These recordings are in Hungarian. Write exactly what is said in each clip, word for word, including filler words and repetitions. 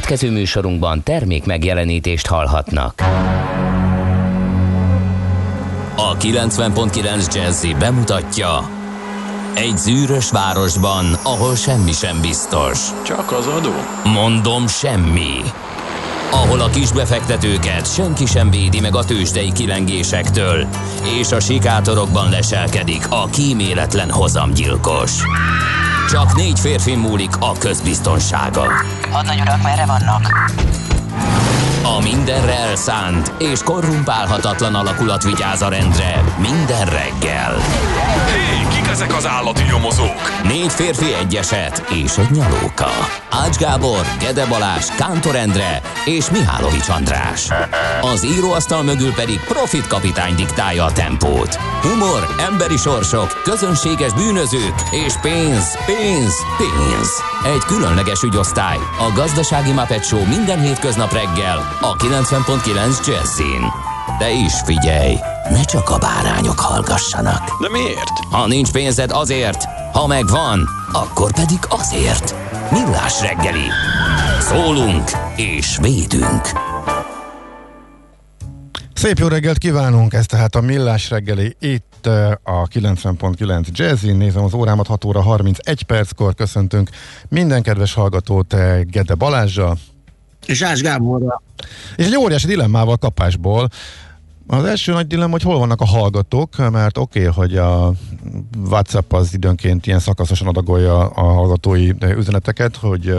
Következő műsorunkban termék megjelenítést hallhatnak. A kilencven pont kilenc Jazzy bemutatja: egy zűrös városban, ahol semmi sem biztos. Csak az adó? Mondom, semmi. Ahol a kisbefektetőket senki sem védi meg a tőzsdei kilengésektől, és a sikátorokban leselkedik a kíméletlen hozamgyilkos. Csak négy férfi múlik a közbiztonsága. Hadnagy urak, merre vannak? A mindenre elszánt és korrumpálhatatlan alakulat vigyáz a rendre minden reggel. Hé, kik ezek az állati nyomozók? Négy férfi, egy eset és egy nyalóka. Ács Gábor, Gede Balázs, Kántor Endre és Mihálovics András. Az íróasztal mögül pedig Profit kapitány diktálja a tempót. Humor, emberi sorsok, közönséges bűnözők és pénz, pénz, pénz. Egy különleges ügyosztály, a Gazdasági Muppet Show minden hétköznap reggel a kilencven pont kilenc Jazzyn. De is figyelj, ne csak a bárányok hallgassanak. De miért? Ha nincs pénzed, azért, ha megvan, akkor pedig azért. Millás reggeli. Szólunk és védünk. Szép jó reggelt kívánunk, ez tehát a Millás reggeli itt a kilencven pont kilenc Jazzyn. Nézem az órámat, hat óra harmincegy perckor köszöntünk minden kedves hallgatót Gede Balázsral és Ács Gáborral. És egy óriási dilemmával kapásból. Az első nagy dilemma, hogy hol vannak a hallgatók, mert oké, okay, hogy a WhatsApp az időnként ilyen szakaszosan adagolja a hallgatói üzeneteket, hogy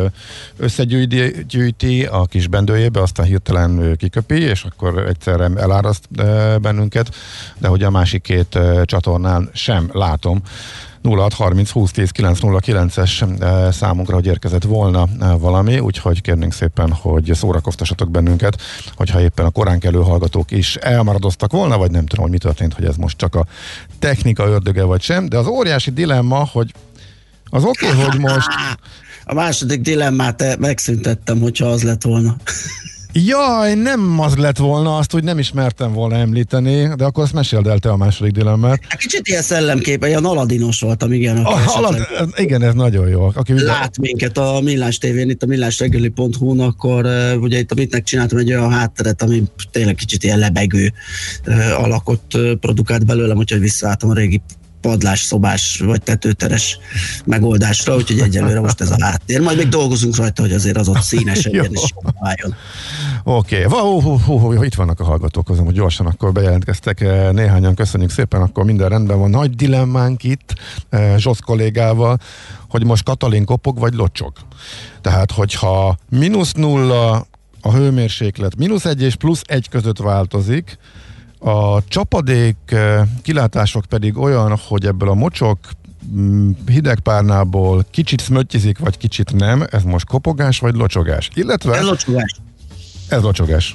összegyűjti a kis bendőjébe, aztán hirtelen kiköpi, és akkor egyszerre eláraszt bennünket, de hogy a másik két csatornán sem látom. nulla hat harminc húsz tíz kilenc nulla kilences számunkra, hogy érkezett volna valami, úgyhogy kérnénk szépen, hogy szórakoztassatok bennünket, hogyha éppen a koránkelő hallgatók is elmaradoztak volna, vagy nem tudom, hogy mi történt, hogy ez most csak a technika ördöge vagy sem, de az óriási dilemma, hogy az oké, okay, hogy most... A második dilemmát megszüntettem, hogyha az lett volna. Jaj, nem az lett volna, azt úgy nem ismertem volna említeni, de akkor azt meséld el te a második dilemmát. Kicsit ilyen szellemképe, ilyen aladinos voltam, igen. A, alad, igen, ez nagyon jó. Aki lát ugye... minket a Millás tévén, itt a millásreggeli pont hu-n, akkor uh, ugye itt a Mitnek csináltam egy olyan hátteret, ami tényleg kicsit ilyen lebegő uh, alakot uh, produkált belőlem, úgyhogy visszaálltam a régi padlás, szobás vagy tetőteres megoldásra, úgyhogy egyelőre most ez a háttér. Majd még dolgozunk rajta, hogy azért az ott színes legyen és jól váljon. Oké, okay. Itt vannak a hallgatók, azon, hogy gyorsan akkor bejelentkeztek néhányan, köszönjük szépen, akkor minden rendben van. Nagy dilemmánk itt Zsosz kollégával, hogy most Katalin kopog vagy locsog. Tehát, hogyha mínusz nulla a hőmérséklet, mínusz egy és plusz egy között változik, a csapadék kilátások pedig olyan, hogy ebből a mocsok hidegpárnából kicsit szmöttyizik, vagy kicsit nem, ez most kopogás vagy locsogás? Illetve... Ez locsogás. Ez locsogás.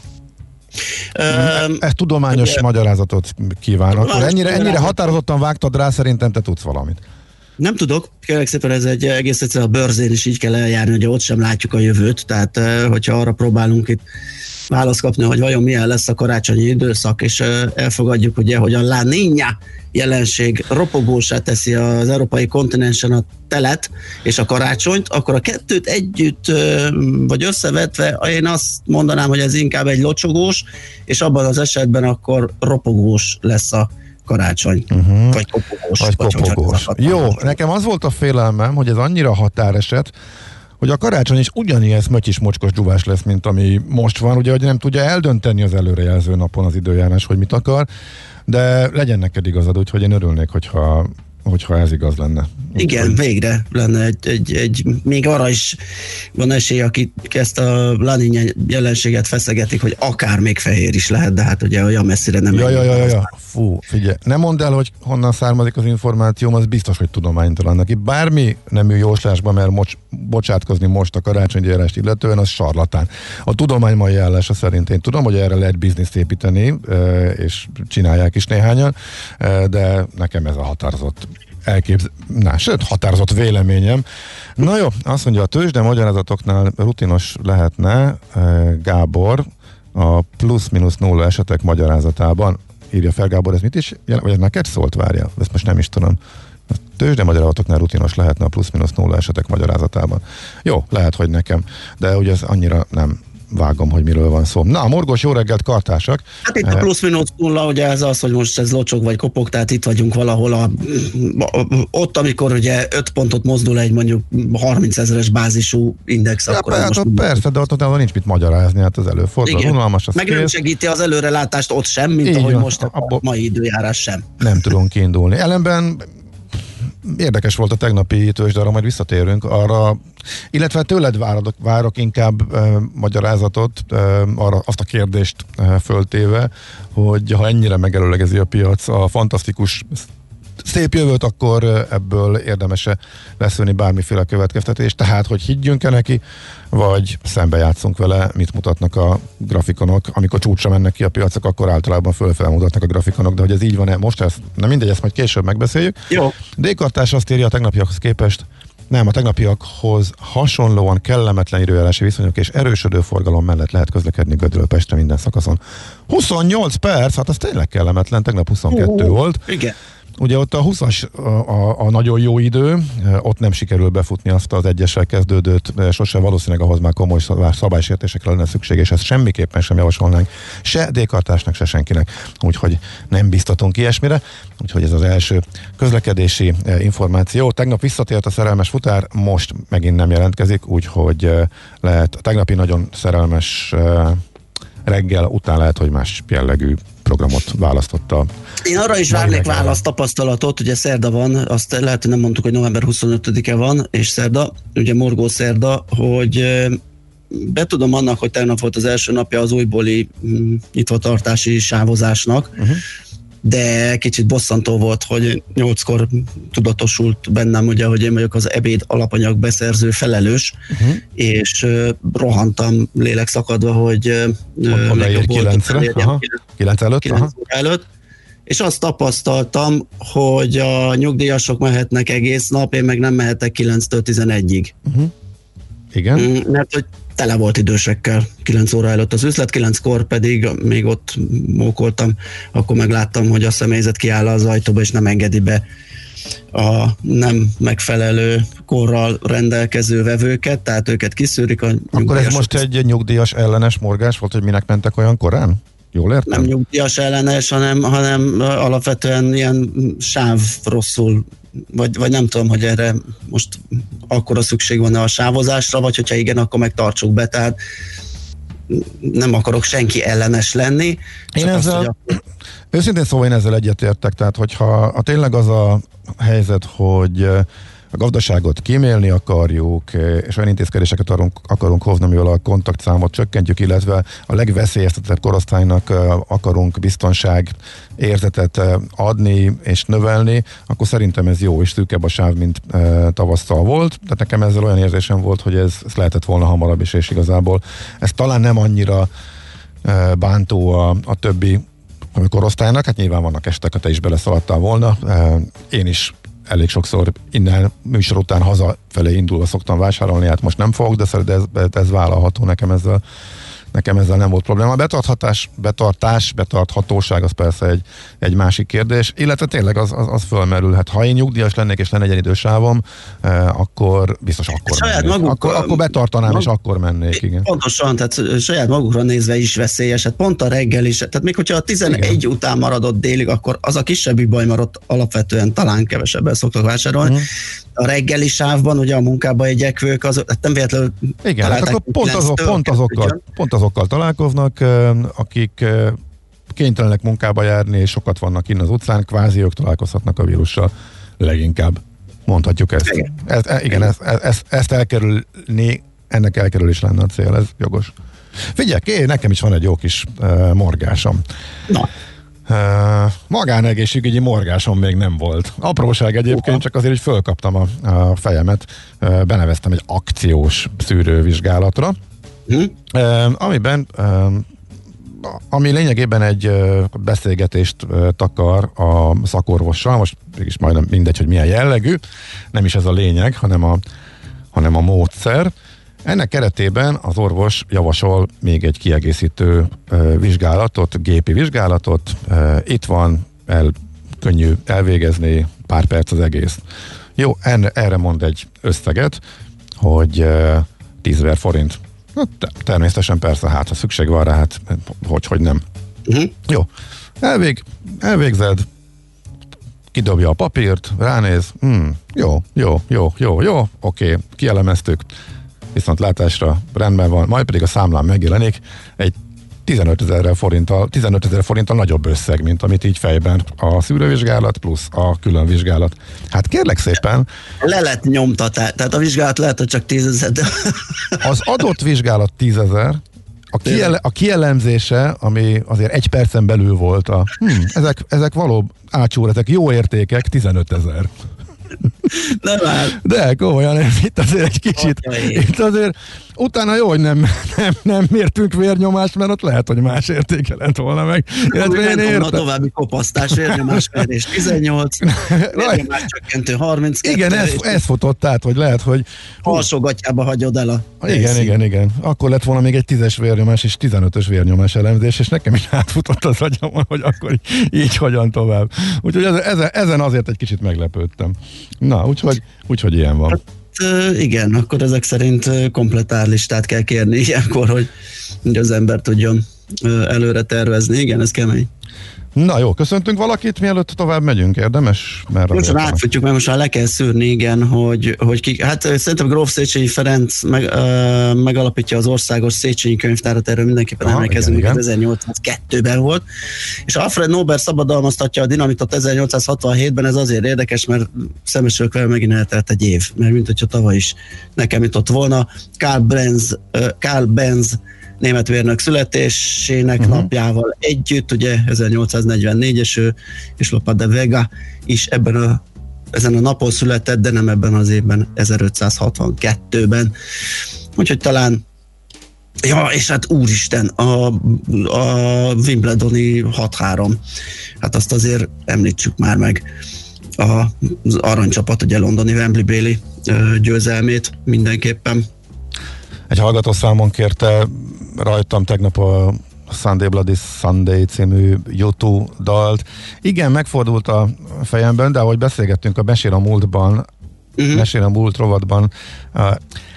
Um, ez tudományos ugye, magyarázatot kívánok. Ennyire, ennyire határozottan vágtad rá, szerintem te tudsz valamit. Nem tudok, kérlek szépen, ez egy egész egyszerűen a bőrzén is így kell eljárni, hogy ott sem látjuk a jövőt, tehát hogyha arra próbálunk itt választ kapni, hogy vajon milyen lesz a karácsonyi időszak, és elfogadjuk ugye, hogy a La Niña jelenség ropogósá teszi az európai kontinensen a telet és a karácsonyt, akkor a kettőt együtt vagy összevetve én azt mondanám, hogy ez inkább egy locsogós, és abban az esetben akkor ropogós lesz a karácsony, uh-huh. vagy kopogós. Vagy kopogós. Jó, nekem az volt a félelmem, hogy ez annyira határeset, hogy a karácsony is ugyanilyen szmötyis mocskos dzsúvás lesz, mint ami most van, ugye, hogy nem tudja eldönteni az előrejelző napon az időjárás, hogy mit akar, de legyen neked igazad, úgyhogy én örülnék, hogyha, hogyha ez igaz lenne. Igen, úgy, végre lenne egy, egy, egy, még arra is van esély, akik ezt a La Niña jelenséget feszegetik, hogy akár még fehér is lehet, de hát ugye olyan messzire nem. Ja, ja, ja, ja, ja. Fú, figyelj, ne mondd el, hogy honnan származik az információm, az biztos, hogy tudománytalan. Aki bármi nemű jóslásban mer mocs, bocsátkozni most a karácsonygyárást illetően, az sarlatán. A tudomány mai állása szerint én tudom, hogy erre lehet bizniszt építeni, és csinálják is néhányan, de nekem ez a határozott elképz... Na, sőt, határozott véleményem. Na jó, azt mondja, a tőzsde magyarázatoknál rutinos lehetne Gábor a plusz-minusz nulla esetek magyarázatában. Írja fel Gábor, ez mit is? Vagy neked szólt, várja? Ezt most nem is tudom. tőzsdemagyarázatoknál rutinos lehetne a plusz-minusz nulla esetek magyarázatában. Jó, lehet, hogy nekem, de ugye ez annyira nem vágom, hogy miről van szó. Na, Morgós, jó reggelt, kartársak! Hát itt a plusz-minusz nulla, ugye ez az, hogy most ez locsog vagy kopog, tehát itt vagyunk valahol a, a, ott, amikor ugye öt pontot mozdul egy mondjuk harminc ezeres bázisú index, ja, akkor persze, most persze, de ott, ott nincs mit magyarázni, hát az előfordul. igen. Unalmas, az meg kész. nem segíti az előrelátást ott sem, mint így ahogy van, most a abba mai időjárás sem. Nem tudunk kiindulni. Ellenben érdekes volt a tegnapi tőzsde, arra majd visszatérünk, arra, illetve tőled várok, várok inkább e, magyarázatot, e, arra azt a kérdést e, föltéve, hogy ha ennyire megelőlegezi a piac a fantasztikus szép jövőt, akkor ebből érdemes-e leszűrni bármiféle következtetés, tehát hogy higgyünk-e neki, vagy szembe játszunk vele, mit mutatnak a grafikonok. Amikor csúcsra mennek ki a piacok, akkor általában fölfele mutatnak a grafikonok, de hogy ez így van-e most, ez, nem mindegy, ezt majd később megbeszéljük. Jó. D-kartás azt írja a tegnapiakhoz képest, nem, a tegnapiakhoz hasonlóan kellemetlen időjárási viszonyok és erősödő forgalom mellett lehet közlekedni Gödről Pestre minden szakaszon. huszonnyolc perc, hát az tényleg kellemetlen, tegnap huszonkettő uh, volt. Igen. Ugye ott a huszas a, a, a nagyon jó idő, ott nem sikerül befutni azt az egyessel kezdődőt, sose, valószínűleg ahhoz már komoly szabálysértésekre lenne szükség, és ezt semmiképpen sem javasolnánk se D-kartásnak, se senkinek, úgyhogy nem biztatunk ilyesmire, úgyhogy ez az első közlekedési információ. Tegnap visszatért a szerelmes futár, most megint nem jelentkezik, úgyhogy lehet a tegnapi nagyon szerelmes reggel után lehet, hogy más jellegű programot választotta. Én arra is várnék választ, tapasztalatot, ugye szerda van, azt lehet, hogy nem mondtuk, hogy november huszonötödike van, és szerda, ugye morgó szerda, hogy betudom annak, hogy tegnap volt az első napja az újbóli nyitvatartási sávozásnak, uh-huh. de kicsit bosszantó volt, hogy nyolckor tudatosult bennem, ugye, hogy én vagyok az ebéd alapanyag beszerző felelős, uh-huh. és uh, rohantam lélekszakadva, hogy uh, legjobb kilencre, kilenc előtt, kilenc előtt, és azt tapasztaltam, hogy a nyugdíjasok mehetnek egész nap, én meg nem mehetek kilenctől tizenegyig. Uh-huh. Igen. Mert hogy tele volt idősekkel kilenc óra előtt az üzlet, kilenckor pedig még ott mókoltam, akkor megláttam, hogy a személyzet kiáll az ajtóba, és nem engedi be a nem megfelelő korral rendelkező vevőket, tehát őket kiszűrik. A akkor ez most egy nyugdíjas ellenes morgás volt, hogy minek mentek olyan korán? Jól értem? Nem nyugdíjas ellenes, hanem, hanem alapvetően ilyen sáv rosszul, vagy, vagy nem tudom, hogy erre most akkora szükség van a sávozásra, vagy hogyha igen, akkor meg tartsuk be, tehát nem akarok senki ellenes lenni. Én ezzel, azt, a... őszintén szóval én ezzel egyetértek, tehát hogyha a tényleg az a helyzet, hogy a gazdaságot kímélni akarjuk, és olyan intézkedéseket akarunk, akarunk hozni, amivel a kontaktszámot csökkentjük, illetve a legveszélyeztetett korosztálynak akarunk biztonság érzetet adni és növelni, akkor szerintem ez jó, és szűkebb a sáv, mint e, tavasszal volt. Tehát nekem ezzel olyan érzésem volt, hogy ez, ez lehetett volna hamarabb is, és igazából ez talán nem annyira e, bántó a, a többi korosztálynak, hát nyilván vannak estek, ha te is beleszaladtál volna. E, én is elég sokszor innen műsor után hazafelé indulva szoktam vásárolni, hát most nem fogok, de ez, ez vállalható, nekem ezzel, nekem ezzel nem volt probléma. A betarthatás, betartás, betarthatóság az persze egy, egy másik kérdés, illetve tényleg az, az, az fölmerülhet. Ha én nyugdíjas lennék és lenne egy idősávom, eh, akkor biztos akkor saját mennék. maguk, akkor, akkor betartanám mag, és akkor mennék, igen. Pontosan, tehát saját magukra nézve is veszélyes, hát pont a reggel is, tehát még hogyha a tizenegy igen. után maradott délig, akkor az a kisebbik baj maradt, alapvetően talán kevesebben szoktak vásárolni. Hmm. A reggeli sávban, ugye a munkába egyekvők, az, hát nem véletlenül igen, hát akkor pont, azok, pont, azokkal, pont azokkal találkoznak, akik kénytelenek munkába járni, és sokat vannak innen az utcán, kvázi ők találkozhatnak a vírussal leginkább. Mondhatjuk ezt. Igen, ez, igen ezt, ezt, ezt elkerülni, ennek elkerülés lenne a cél, ez jogos. Figyelj, én, nekem is van egy jó kis uh, morgásom. Na. Uh, magánegészségügyi morgásom még nem volt. Apróság egyébként, csak azért, hogy fölkaptam a, a fejemet, uh, beneveztem egy akciós szűrővizsgálatra, hm? uh, amiben uh, ami lényegében egy uh, beszélgetést uh, takar a szakorvossal, most mégis majdnem mindegy, hogy milyen jellegű, nem is ez a lényeg, hanem a, hanem a módszer. Ennek keretében az orvos javasol még egy kiegészítő uh, vizsgálatot, gépi vizsgálatot. Uh, itt van, el, könnyű elvégezni, pár perc az egész. Jó, erre, erre mond egy összeget, hogy tízezer forint. Hát, természetesen persze, hát ha szükség van rá, hát hogy, hogy nem. Uh-huh. Jó, elvég, elvégzed, kidobja a papírt, ránéz, hmm, jó, jó, jó, jó, jó, oké, kielemeztük, viszont látásra rendben van, majd pedig a számlán megjelenik egy tizenötezer forinttal, tizenötezer forinttal nagyobb összeg, mint amit így fejben a szűrővizsgálat plusz a külön vizsgálat. Hát kérlek szépen... Le lett nyomtatás, tehát a vizsgálat lehet, hogy csak tízezer. De... Az adott vizsgálat tízezer, a, kiele, a kielemzése, ami azért egy percen belül volt, a, hm, ezek, ezek való átsúr, ezek jó értékek, tizenötezer. Nem áll. De komolyan, itt azért egy kicsit, okay. Itt azért utána jó, hogy nem, nem, nem mértünk vérnyomást, mert ott lehet, hogy más értéke lett volna meg. Illetve én értem. A további kopasztás, vérnyomásmérés tizennyolc, vérnyomás csökkentő harminckettő. Igen, ez, ez futott át, hogy lehet, hogy... Alsógatjába hagyod el a... Igen, részén. igen, igen. Akkor lett volna még egy tízes vérnyomás és tizenötös vérnyomás elemzés, és nekem is átfutott az agyamon, hogy akkor így, így hogyan tovább. Úgyhogy ezen, ezen azért egy kicsit meglepődtem. Na, úgyhogy, úgyhogy ilyen van. Hát, igen, akkor ezek szerint komplett árlistát kell kérni ilyenkor, hogy, hogy az ember tudjon előre tervezni. Igen, ez kemény. Na jó, köszöntünk valakit, mielőtt tovább megyünk, érdemes? Mert most már átfutjuk, mert most már le kell szűrni, igen, hogy, hogy ki, hát szerintem Gróf Széchenyi Ferenc meg, uh, megalapítja az Országos Széchenyi Könyvtárat, erről mindenképpen Aha, emlékezünk, hogy ezernyolcszázkettőben volt, és Alfred Nobel szabadalmaztatja a dinamitot ezernyolcszázhatvanhétben, ez azért érdekes, mert Szembesülőkvel megint eltelt egy év, mert mint hogyha tavaly is nekem jutott volna. Karl Benz, uh, Karl Benz német vérnök születésének uh-huh. napjával együtt, ugye ezernyolcszáznegyvennégy, és ő és Lope de Vega is ebben a, ezen a napon született, de nem ebben az évben, ezerötszázhatvankettőben. Úgyhogy talán ja, és hát úristen, a, a Wimbledoni hat három, hát azt azért említsük már meg, az aranycsapat, ugye londoni Wembley Bailey győzelmét mindenképpen. Egy hallgató számon kérte rajtam tegnap a Sunday Bloody Sunday című YouTube dalt. Igen, megfordult a fejemben, de ahogy beszélgettünk a Mesél a múltban, uh-huh. Mesél a múlt rovatban, uh,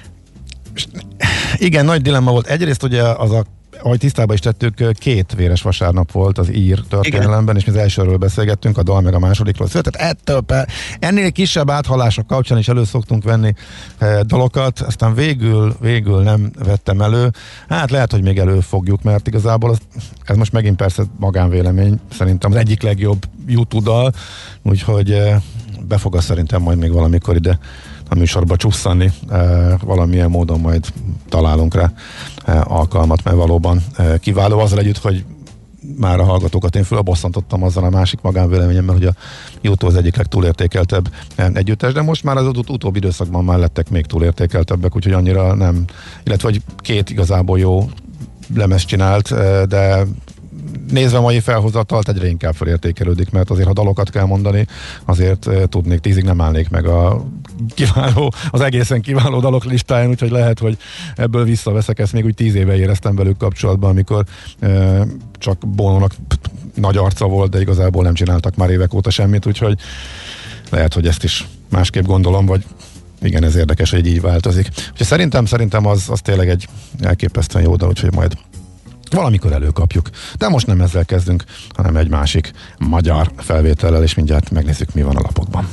igen, nagy dilemma volt. Egyrészt ugye az a ahogy tisztában is tettük, két véres vasárnap volt az ír történelemben, és mi az elsőről beszélgettünk, a dal meg a másodikról született. Ettől pe, ennél kisebb áthalások kapcsán is elő szoktunk venni e, dalokat, aztán végül, végül nem vettem elő. Hát lehet, hogy még elő fogjuk, mert igazából az, ez most megint persze magánvélemény, szerintem az egyik legjobb YouTube dal, úgyhogy e, be fog az szerintem majd még valamikor ide a műsorba csusszani, e, valamilyen módon majd találunk rá e, alkalmat, mert valóban e, kiváló, azzal együtt, hogy már a hallgatókat én fölbosszantottam azzal a másik magánvéleményemmel, hogy a YouTube az egyik legtúlértékeltebb együttes, de most már az ut- utóbbi időszakban már lettek még túlértékeltebbek, úgyhogy annyira nem, illetve hogy két igazából jó lemez csinált, e, de nézve a mai felhozatalt egyre inkább felértékelődik, mert azért ha dalokat kell mondani, azért e, tudnék, tízig nem állnék meg a kiváló, az egészen kiváló dalok listáján, úgyhogy lehet, hogy ebből visszaveszek, ezt még úgy tíz éve éreztem velük kapcsolatban, amikor e, csak Bonónak nagy arca volt, de igazából nem csináltak már évek óta semmit, úgyhogy lehet, hogy ezt is másképp gondolom, vagy igen, ez érdekes, hogy így változik. Úgyhogy szerintem, szerintem az, az tényleg egy elképesztően jó dal, úgyhogy majd valamikor előkapjuk. De most nem ezzel kezdünk, hanem egy másik magyar felvétellel, és mindjárt megnézzük, mi van a lapokban.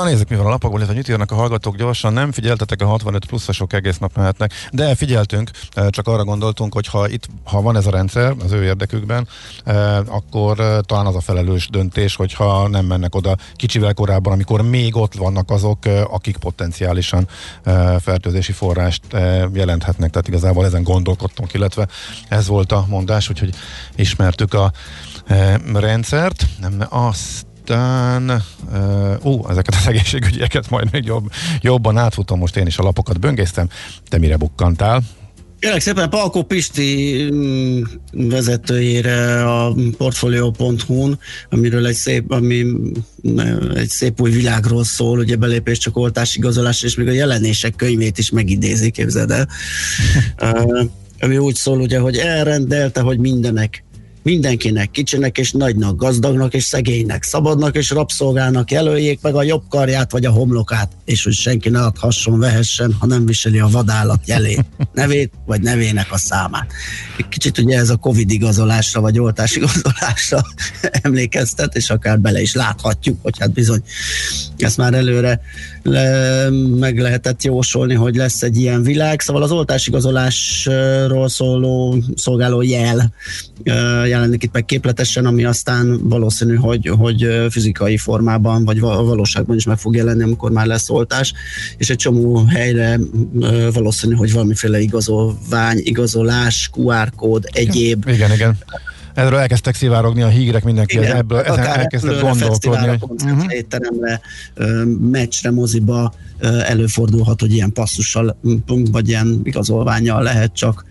Na nézzük, mi van a lapokból, illetve mit írnak a hallgatók gyorsan. Nem figyeltetek, a hatvanöt pluszosok egész nap mehetnek, de figyeltünk, csak arra gondoltunk, hogy ha itt, ha van ez a rendszer az ő érdekükben, akkor talán az a felelős döntés, hogyha nem mennek oda kicsivel korábban, amikor még ott vannak azok, akik potenciálisan fertőzési forrást jelenthetnek. Tehát igazából ezen gondolkodtunk, illetve ez volt a mondás, úgyhogy ismertük a rendszert. Nem, azt Aztán, ó, uh, ezeket az egészségügyeket majd még jobb, jobban átfutom, most én is a lapokat böngésztem. Te mire bukkantál? Kérlek szépen, Palkó Pisti vezetőjére a portfolio pont hu-n, amiről egy szép, ami egy szép új világról szól, ugye belépés, csak oltásigazolás, és még a jelenések könyvét is megidézi, képzeld el. uh, ami úgy szól, ugye, hogy elrendelte, hogy mindenek mindenkinek, kicsinek és nagynak, gazdagnak és szegénynek, szabadnak és rabszolgának jelöljék meg a jobb karját vagy a homlokát, és hogy senki ne adhasson, vehessen, ha nem viseli a vadállat jelét, nevét vagy nevének a számát. Kicsit ugye ez a Covid igazolásra vagy oltás igazolásra emlékeztet, és akár bele is láthatjuk, hogy hát bizony ezt már előre le, meg lehetett jósolni, hogy lesz egy ilyen világ. Szóval az oltásigazolásról szóló szolgáló jel jelenik itt meg képletesen, ami aztán valószínű, hogy, hogy fizikai formában, vagy valóságban is meg fog jelenni, amikor már lesz oltás, és egy csomó helyre valószínű, hogy valamiféle igazolvány, igazolás, kú ár kód, egyéb. Igen, igen. Erről elkezdtek szivárogni a hígrek, mindenki igen, ebből, ezen elkezdett gondolkodni. Uh-huh. Étteremre, meccsre, moziba előfordulhat, hogy ilyen passzussal, vagy ilyen igazolvánnyal lehet csak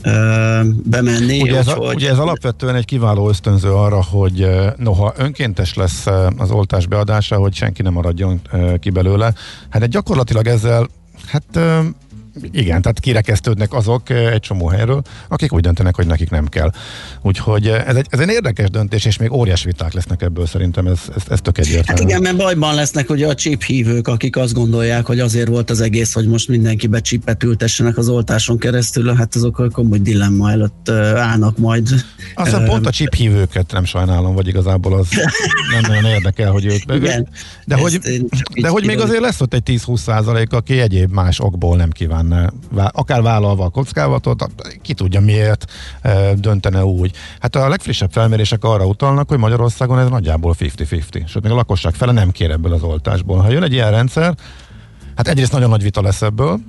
bemenni. Ugye ez, a, hogy... ugye ez alapvetően egy kiváló ösztönző arra, hogy noha önkéntes lesz az oltás beadása, hogy senki nem maradjon ki belőle. Hát gyakorlatilag ezzel, hát igen, tehát kirekesztődnek azok egy csomó helyről, akik úgy döntenek, hogy nekik nem kell. Úgyhogy ez egy, ez egy érdekes döntés, és még óriás viták lesznek ebből, szerintem ez, ez, ez tök egyértelmű. Hát igen, mert bajban lesznek ugye a chip hívők, akik azt gondolják, hogy azért volt az egész, hogy most mindenkibe chipet ültessenek az oltáson keresztül, hát azok a komoly dilemma előtt állnak majd. Aztán pont a chip hívőket nem sajnálom, vagy igazából az nem nagyon érdekel, hogy ők... Igen, de hogy, de hogy még azért lesz ott egy tíz-húsz százalék, aki egyéb más okból nem kíván akár vállalva a kockávatot, ki tudja miért e, döntene úgy. Hát a legfrissebb felmérések arra utalnak, hogy Magyarországon ez nagyjából fifty-fifty. Sőt, még a lakosság fele nem kér ebből az oltásból. Ha jön egy ilyen rendszer, hát egyrészt nagyon nagy vita lesz ebből,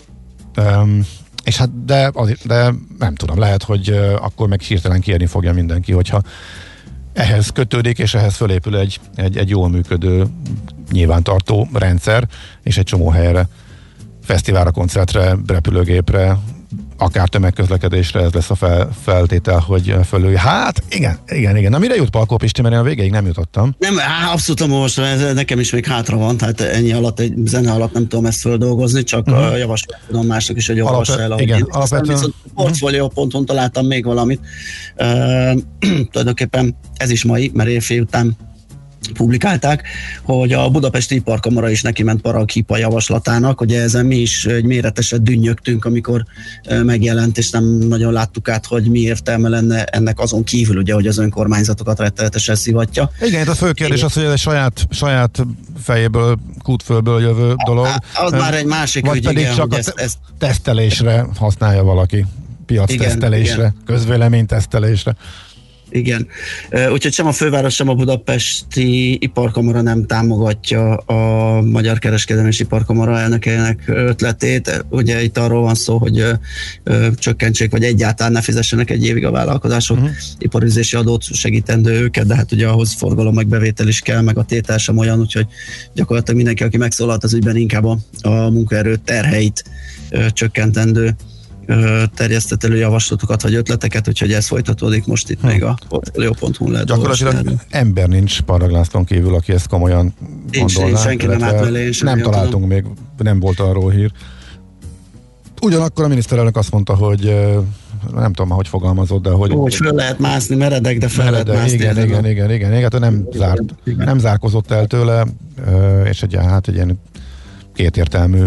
um, és hát de, az, de nem tudom, lehet, hogy uh, akkor meg hirtelen kérni fogja mindenki, hogyha ehhez kötődik, és ehhez fölépül egy, egy, egy jól működő, nyilvántartó rendszer, és egy csomó helyre, fesztiválra, koncertre, repülőgépre, akár tömegközlekedésre, ez lesz a fel, feltétel, hogy fölülj. Hát, igen, igen, igen. Na mire jut Palkó Pisti, mert én a végéig nem jutottam. Nem, abszolút most, nekem is még hátra van, tehát ennyi alatt, egy zene alatt nem tudom ezt földolgozni, csak uh-huh. javaslatom másnak is, hogy olvassa el. Alapvet, igen, alapvetően. Viszont portfolio pont hu-n találtam még valamit. Uh, tulajdonképpen ez is mai, mert évfél után publikálták, hogy a Budapesti Iparkamara is neki ment Paraghipa javaslatának, ugye ezen mi is egy méreteset dünnyögtünk, amikor megjelent, és nem nagyon láttuk át, hogy mi értelme lenne ennek azon kívül, ugye, hogy az önkormányzatokat rettenetesen szivatja. Igen, a fő kérdés az, hogy ez egy saját, saját fejéből, kútfölből jövő dolog. Az már egy másik vagy ügy, pedig igen, csak a ezt, ezt... tesztelésre használja valaki, piactesztelésre, közvéleménytesztelésre. Igen. Úgyhogy sem a főváros, sem a Budapesti Iparkamara nem támogatja a Magyar Kereskedelmi és Iparkamara elnökének ötletét. Ugye itt arról van szó, hogy ö, ö, csökkentsék, vagy egyáltalán ne fizessenek egy évig a vállalkozások uh-huh. iparüzési adót, segítendő őket, de hát ugye ahhoz forgalom meg bevétel is kell, meg a tétel sem olyan, úgyhogy gyakorlatilag mindenki, aki megszólalt az ügyben, inkább a, a munkaerő terheit ö, csökkentendő terjesztett elő javaslatokat vagy ötleteket, úgyhogy ez folytatódik most itt hm. még a portfolio pont hu-n lehet. Gyakorlatilag ember nincs Parag Lászlón kívül, aki ezt komolyan gondolná. Senki nem állt mellé. Nem találtunk még, nem volt arról hír. Ugyanakkor a miniszterelnök azt mondta, hogy nem tudom már, hogy fogalmazott, de hogy... Ó, hogy föl lehet mászni, meredek, de fel meredek, lehet mászni. Igen, igen, igen, igen, igen, hát nem, igen, zárt, igen. nem zárkozott el tőle, és egy, hát egy ilyen kétértelmű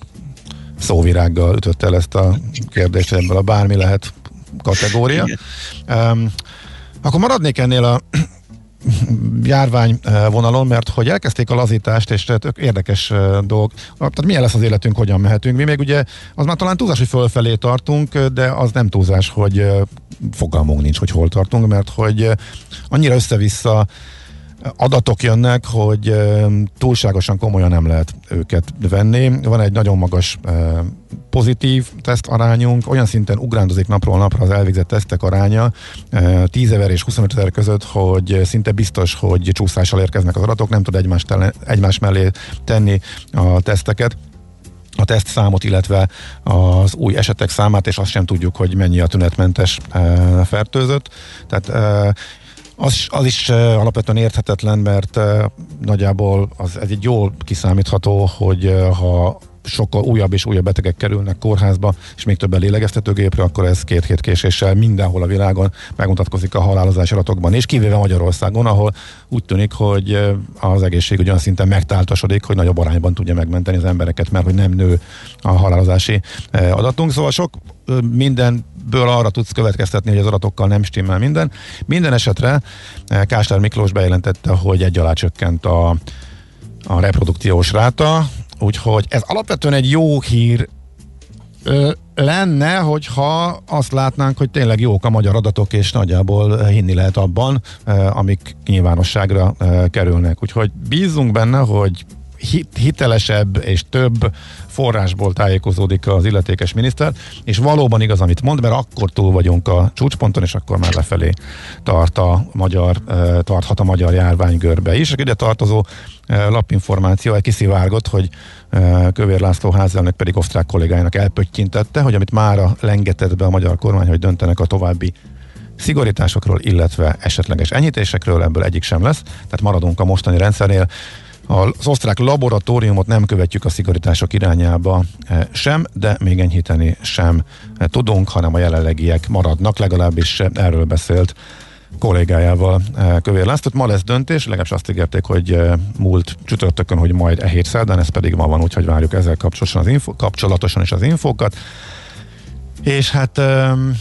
szóvirággal ütött el ezt a kérdést, ebből a bármi lehet kategória. Um, akkor maradnék ennél a járvány vonalon, mert hogy elkezdték a lazítást, és tök érdekes dolog. Tehát milyen lesz az életünk, hogyan mehetünk. Mi még ugye, az már talán túlzás, hogy fölfelé tartunk, de az nem túlzás, hogy fogalmunk nincs, hogy hol tartunk, mert hogy annyira össze-vissza adatok jönnek, hogy túlságosan komolyan nem lehet őket venni. Van egy nagyon magas pozitív teszt arányunk, olyan szinten ugrándozik napról napra az elvégzett tesztek aránya tízezer és huszonötezer között, hogy szinte biztos, hogy csúszással érkeznek az adatok, nem tud egymás, tele, egymás mellé tenni a teszteket, a teszt számot, illetve az új esetek számát, és azt sem tudjuk, hogy mennyi a tünetmentes fertőzött. Tehát Az, az is uh, alapvetően érthetetlen, mert uh, nagyjából az, ez egy jól kiszámítható, hogy uh, ha sokkal újabb és újabb betegek kerülnek kórházba, és még többen lélegeztetőgépre, akkor ez két hét késéssel mindenhol a világon megmutatkozik a halálozási adatokban, és kivéve Magyarországon, ahol úgy tűnik, hogy az egészségügy olyan szinten megtáltasodik, hogy nagyobb arányban tudja megmenteni az embereket, mert hogy nem nő a halálozási adatunk. Szóval sok mindenből arra tudsz következtetni, hogy az adatokkal nem stimmel minden. Minden esetre Kásler Miklós bejelentette, hogy egy alá csökkent a, a reprodukciós ráta, úgyhogy ez alapvetően egy jó hír ö, lenne, hogyha azt látnánk, hogy tényleg jók a magyar adatok, és nagyjából hinni lehet abban, ö, amik nyilvánosságra ö, kerülnek. Úgyhogy bízzunk benne, hogy hitelesebb és több forrásból tájékozódik az illetékes miniszter, és valóban igaz, amit mond, mert akkor túl vagyunk a csúcsponton, és akkor már lefelé tart a magyar, tarthat a magyar járványgörbe is. Ide tartozó lapinformáció egy kiszivárgott, hogy Kövér László házelnök pedig osztrák kollégájának elpöttyintette, hogy amit mára lengetett be a magyar kormány, hogy döntenek a további szigorításokról, illetve esetleges enyhítésekről, ebből egyik sem lesz, tehát maradunk a mostani rendszernél. Az osztrák laboratóriumot nem követjük a szigorítások irányába sem, de még enyhíteni sem tudunk, hanem a jelenlegiek maradnak, legalábbis erről beszélt kollégájával Kövér László. Ma lesz döntés, legalábbis azt ígérték, hogy múlt csütörtökön, hogy majd e hét szerdán, ez pedig ma van, úgyhogy várjuk ezzel kapcsolatosan, az info, kapcsolatosan is az infókat. És hát um,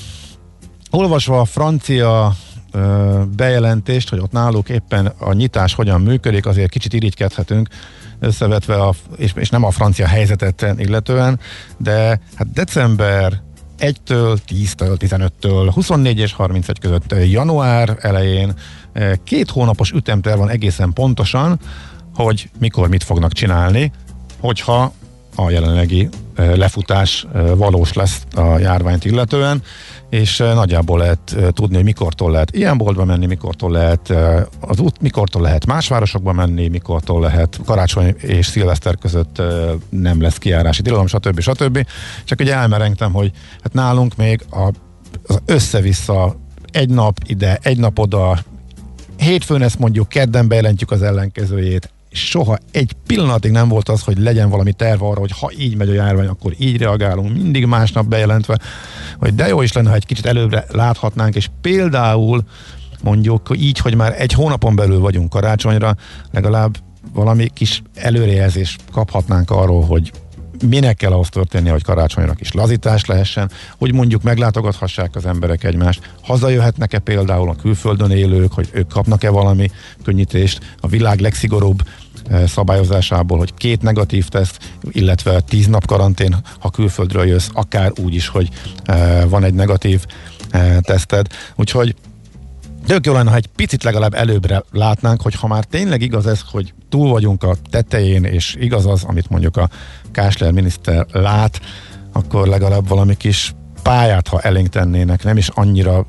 olvasva a francia bejelentést, hogy ott náluk éppen a nyitás hogyan működik, azért kicsit irigykedhetünk összevetve, a, és, és nem a francia helyzetet illetően, de hát december egytől, tíztől, tizenöttől, huszonnégy és harmincegy között január elején két hónapos ütemterv van egészen pontosan, hogy mikor mit fognak csinálni, hogyha a jelenlegi lefutás valós lesz a járványt illetően, és nagyjából lehet tudni, hogy mikortól lehet ilyen boltba menni, mikortól lehet az út, mikortól lehet más városokba menni, mikortól lehet karácsony és szilveszter között nem lesz kijárási tilalom, stb. stb. Csak ugye elmerengtem, hogy hát nálunk még a, az össze-vissza egy nap ide, egy nap oda, hétfőn ezt mondjuk, kedden bejelentjük az ellenkezőjét, soha egy pillanatig nem volt az, hogy legyen valami terv arra, hogy ha így megy a járvány, akkor így reagálunk, mindig másnap bejelentve, hogy de jó is lenne, ha egy kicsit előbbre láthatnánk, és például mondjuk így, hogy már egy hónapon belül vagyunk karácsonyra, legalább valami kis előrejelzést kaphatnánk arról, hogy minek kell ahhoz történnie, hogy karácsonyra kis lazítás lehessen, hogy mondjuk meglátogathassák az emberek egymást, hazajöhetnek-e például a külföldön élők, hogy ők kapnak-e valami könnyítést, a világ legszigorúbb szabályozásából, hogy két negatív teszt, illetve tíz nap karantén, ha külföldről jössz, akár úgy is, hogy van egy negatív teszted. Úgyhogy tök jó lenne, ha egy picit legalább előbbre látnánk, hogy ha már tényleg igaz ez, hogy túl vagyunk a tetején, és igaz az, amit mondjuk a Kásler miniszter lát, akkor legalább valami kis pályát, ha elénk tennének, nem is annyira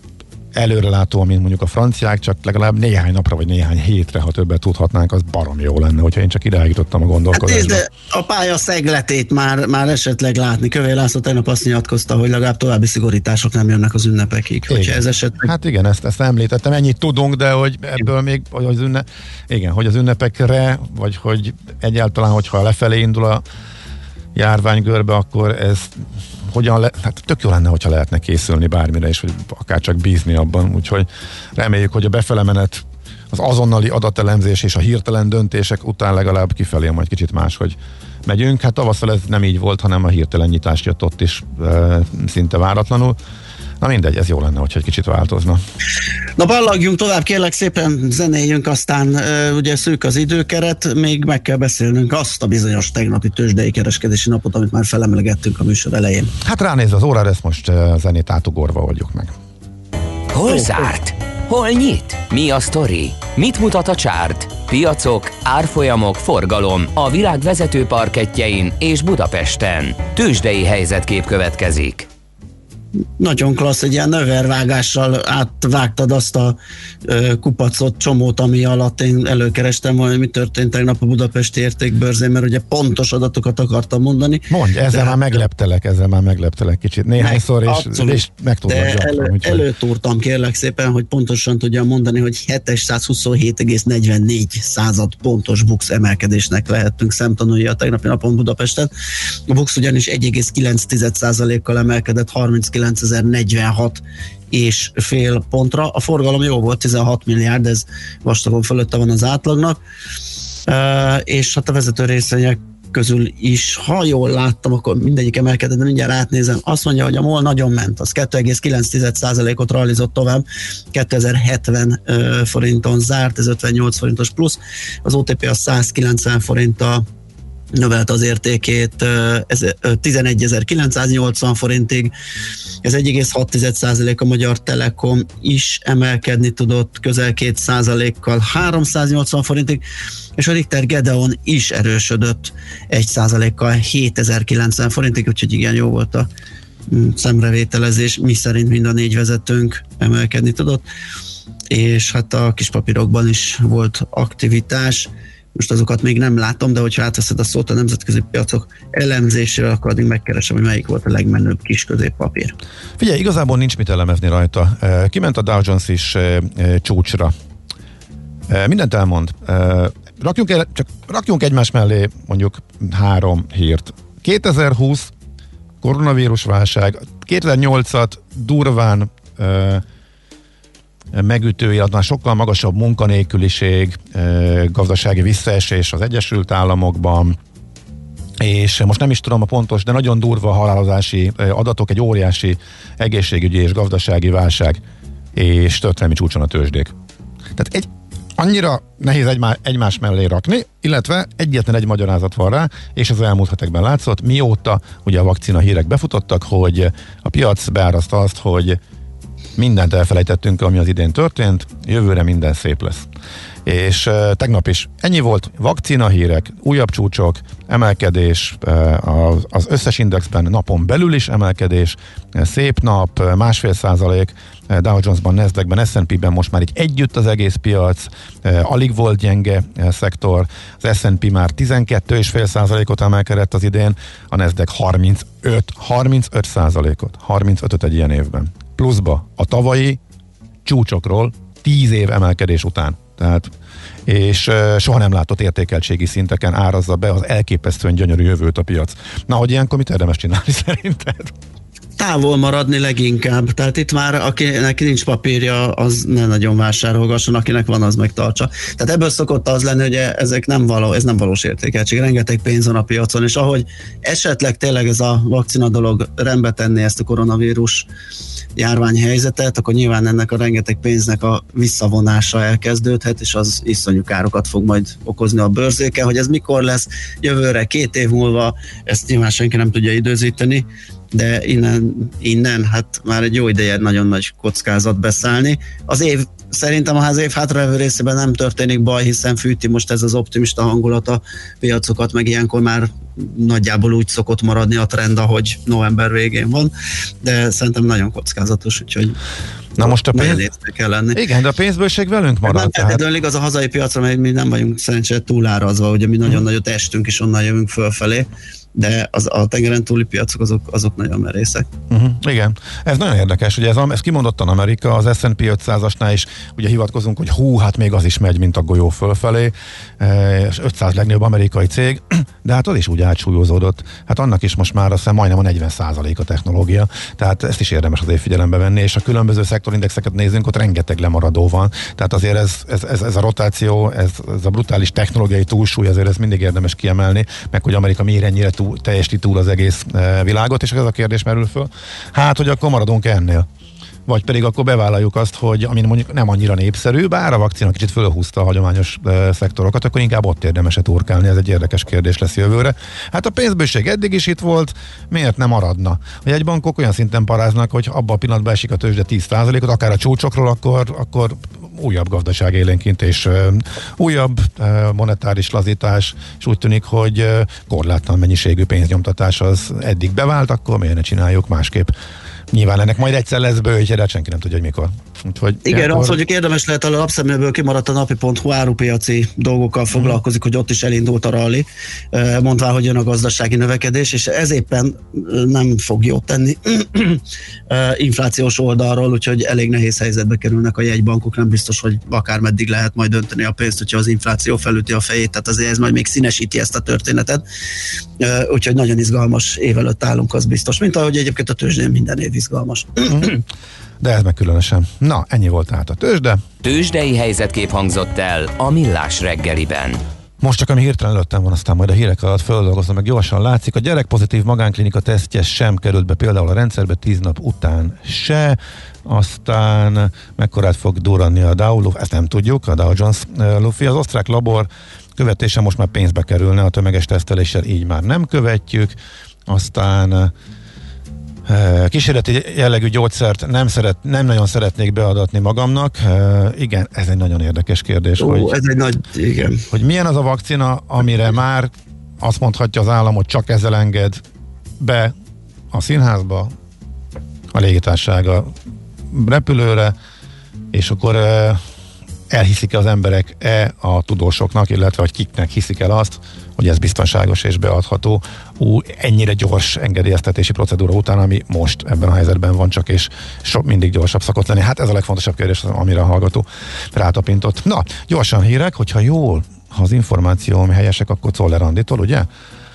előrelátó, mint mondjuk a franciák, csak legalább néhány napra, vagy néhány hétre, ha többet tudhatnánk, az barom jó lenne, hogyha én csak ideig jutottam a gondolkodásba. Hát de a pálya szegletét már, már esetleg látni. Kövér László tegnap azt nyilatkozta, hogy legalább további szigorítások nem jönnek az ünnepekig. Igen. Ez esetleg... Hát igen, ezt, ezt említettem, ennyit tudunk, de hogy ebből még, hogy az, ünne... igen, hogy az ünnepekre, vagy hogy egyáltalán, hogyha lefelé indul a járványgörbe, akkor ez hogyan le, hát tök jó lenne, hogyha lehetne készülni bármire, és hogy akár csak bízni abban, úgyhogy reméljük, hogy a befele menet, az azonnali adatelemzés és a hirtelen döntések után legalább kifelé majd kicsit máshogy megyünk. Hát tavasszal ez nem így volt, hanem a hirtelen nyitást jött ott is e, szinte váratlanul. Na mindegy, ez jó lenne, hogyha egy kicsit változna. Na ballagjunk tovább, kérlek szépen, zenéljünk, aztán uh, ugye szűk az időkeret, még meg kell beszélnünk azt a bizonyos tegnapi tőzsdei kereskedési napot, amit már felemlegettünk a műsor elején. Hát ránézve az órára, ezt most uh, zenét átugorva oldjuk meg. Hol zárt? Hol nyit? Mi a sztori? Mit mutat a csárt? Piacok, árfolyamok, forgalom a világ vezető parkettjein és Budapesten. Tőzsdei helyzetkép következik. Nagyon klassz, egy ilyen növervágással átvágtad azt a ö, kupacot, csomót, ami alatt én előkerestem, hogy mi történt tegnap a budapesti értékbörzén, mert ugye pontos adatokat akartam mondani. Mondj, ezzel de már megleptelek, ezzel már megleptelek kicsit. Néhányszor, és, és meg tudom. De elő, úgyhogy... előtúrtam kérlek szépen, hogy pontosan tudjam mondani, hogy hétszázhuszonhét egész negyvennégy század pontos BUX emelkedésnek lehettünk szemtanúi a tegnapi napon Budapesten. A BUX ugyanis egy egész kilenc százalékkal emelkedett harminckilencezer-negyvenhat és fél pontra. A forgalom jó volt, tizenhat milliárd, ez vastagon fölötte van az átlagnak, uh, és hát a vezető részvények közül is, ha jól láttam, akkor mindegyik emelkedett, de mindjárt átnézem. Azt mondja, hogy a MOL nagyon ment, az két egész kilenc százalékot realizott tovább, kétezer-hetven uh, forinton zárt, ez ötvennyolc forintos plusz, az o té pé a százkilencven forinttal növelte az értékét tizenegyezer-kilencszáznyolcvan forintig, ez egy egész hat százalék, a Magyar Telekom is emelkedni tudott közel két százalékkal háromszáznyolcvan forintig, és a Richter Gedeon is erősödött egy százalékkal hétezer-kilencven forintig, úgyhogy igen, jó volt a szemrevételezés, mi szerint mind a négy vezetőnk emelkedni tudott, és hát a kis papírokban is volt aktivitás. Most azokat még nem látom, de hogyha átveszed a szót a nemzetközi piacok elemzésére, akkor addig megkeresem, hogy melyik volt a legmenőbb kis középpapír. Figyelj, igazából nincs mit elemezni rajta. Kiment a Dow Jones is csúcsra. Mindent elmond. Rakjunk, el, csak rakjunk egymás mellé mondjuk három hírt. kétezer-húsz koronavírus válság, kétezer-nyolcat durván megütői, az már sokkal magasabb munkanélküliség, gazdasági visszaesés az Egyesült Államokban, és most nem is tudom a pontos, de nagyon durva halálozási adatok, egy óriási egészségügyi és gazdasági válság, és történelmi csúcson a tőzsdék. Tehát egy annyira nehéz egymá, egymás mellé rakni, illetve egyetlen egy magyarázat van rá, és az elmúlt hetekben látszott, mióta ugye a vakcina hírek befutottak, hogy a piac beáraszta azt, hogy mindent elfelejtettünk, ami az idén történt, jövőre minden szép lesz. És uh, tegnap is ennyi volt, vakcina hírek, újabb csúcsok, emelkedés, uh, az, az összes indexben napon belül is emelkedés, uh, szép nap, uh, másfél százalék, uh, Dow Jonesban, Nasdaqben, es and P-ben most már így együtt az egész piac, uh, alig volt gyenge uh, szektor, az es and P már tizenkét egész öt százalékot emelkedett az idén, a Nasdaq harmincöt százalékot, harmincötöt egy ilyen évben. Pluszba a tavalyi csúcsokról tíz év emelkedés után. Tehát, és uh, soha nem látott értékeltségi szinteken árazza be az elképesztően gyönyörű jövőt a piac. Na, hogy ilyenkor mit érdemes csinálni szerinted? Távol maradni leginkább. Tehát itt már akinek nincs papírja, az ne nagyon vásárolgasson, akinek van, az megtartsa. Tehát ebből szokott az lenni, hogy ezek nem való, ez nem valós értékeltség. Rengeteg pénz van a piacon, és ahogy esetleg tényleg ez a vakcina dolog rendbe tenni ezt a koronavírus járványhelyzetet, akkor nyilván ennek a rengeteg pénznek a visszavonása elkezdődhet, és az iszonyú károkat fog majd okozni a bőrzéken, hogy ez mikor lesz, jövőre, két év múlva, ezt nyilván senki nem tudja időzíteni, de innen, innen hát már egy jó ideje nagyon nagy kockázat beszállni. Az év, szerintem az év hátralévő részében nem történik baj, hiszen fűti most ez az optimista hangulat a piacokat, meg ilyenkor már nagyjából úgy szokott maradni a trend, ahogy november végén van, de szerintem nagyon kockázatos, úgyhogy na most a pénz... kell lenni. Igen, de a pénzbőség velünk marad. Nem feltétlenül igaz a hazai piacra, mert mi nem vagyunk szerencsére túlárazva, ugye mi nagyon hmm. nagyot estünk, és onnan jövünk fölfelé, de az, a tengeren túli piacok azok, azok nagyon merészek. Uh-huh, igen, ez nagyon érdekes, ugye ez, ez kimondottan Amerika, az es and P ötszázasnál is ugye hivatkozunk, hogy hú, hát még az is megy, mint a golyó fölfelé, és ötszáz legnagyobb amerikai cég, de hát az is úgy átsúlyozódott, hát annak is most már azt hiszem majdnem a negyven százalék a technológia, tehát ezt is érdemes azért figyelembe venni, és a különböző szektorindexeket nézünk, ott rengeteg lemaradó van, tehát azért ez, ez, ez, ez a rotáció, ez, ez a brutális technológiai túlsúly, azért ez mindig érdemes kiemelni, meg hogy Amerika miért ennyire túl, teljesíti túl az egész e, világot, és ez a kérdés merül föl. Hát, hogy akkor maradunk ennél. vagy pedig akkor bevállaljuk azt, hogy ami mondjuk nem annyira népszerű, bár a vakcina kicsit fölhúzta a hagyományos e, szektorokat, akkor inkább ott érdemes turkálni, ez egy érdekes kérdés lesz jövőre. Hát a pénzbőség eddig is itt volt, miért nem maradna? A jegybankok olyan szinten paráznak, hogy abban a pillanatban esik a tőzsde tíz százalékot, akár a csúcsokról, akkor, akkor újabb gazdaságélénkítés, újabb monetáris lazítás, és úgy tűnik, hogy korlátlan mennyiségű pénznyomtatás az eddig bevált, akkor miért ne csináljuk másképp? Nyilván ennek majd egyszer lesz bőjtje, de senki nem tudja, hogy mikor. Úgyhogy igen, ilyenkor... azt mondjuk érdemes lehet, a lapszemléből kimaradt a napi pont hu árupiaci dolgokkal foglalkozik, hogy ott is elindult a rally, mondván, hogy jön a gazdasági növekedés, és ez éppen nem fog jót tenni inflációs oldalról, úgyhogy elég nehéz helyzetbe kerülnek a jegybankok, nem biztos, hogy akármeddig lehet majd dönteni a pénzt, hogyha az infláció felüti a fejét, tehát azért ez majd még színesíti ezt a történetet, úgyhogy nagyon izgalmas év előtt állunk, az biztos, mint ahogy egyébként a tőzsdén minden év izgalmas. De ez meg különösen. Na, ennyi volt tehát a tőzsde. Tőzsdei helyzetkép hangzott el a Millás reggeliben. Most csak ami hirtelen előttem van, aztán majd a hírek alatt földolgozom, meg gyorsan látszik. A gyerekpozitív magánklinika tesztje sem került be például a rendszerbe tíz nap után se. Aztán mekkorát fog durranni a Dow, ezt nem tudjuk, a Dow Jones lufi. Az osztrák labor követése most már pénzbe kerülne, a tömeges teszteléssel így már nem követjük. Aztán kísérleti jellegű gyógyszert nem, szeret, nem nagyon szeretnék beadatni magamnak. Uh, igen, ez egy nagyon érdekes kérdés. Ó, hogy, ez egy nagy, igen. Hogy milyen az a vakcina, amire már azt mondhatja az állam, hogy csak ezzel enged be a színházba, a légitársaság a repülőre, és akkor uh, elhiszik az emberek-e a tudósoknak, illetve hogy kiknek hiszik el azt, hogy ez biztonságos és beadható ú, ennyire gyors engedélyeztetési procedúra után, ami most ebben a helyzetben van csak, és sok mindig gyorsabb szokott lenni. Hát ez a legfontosabb kérdés, amire a hallgató rátapintott. Na, gyorsan hírek, hogyha jól, ha az információm helyesek, akkor Czoller Anditól, ugye?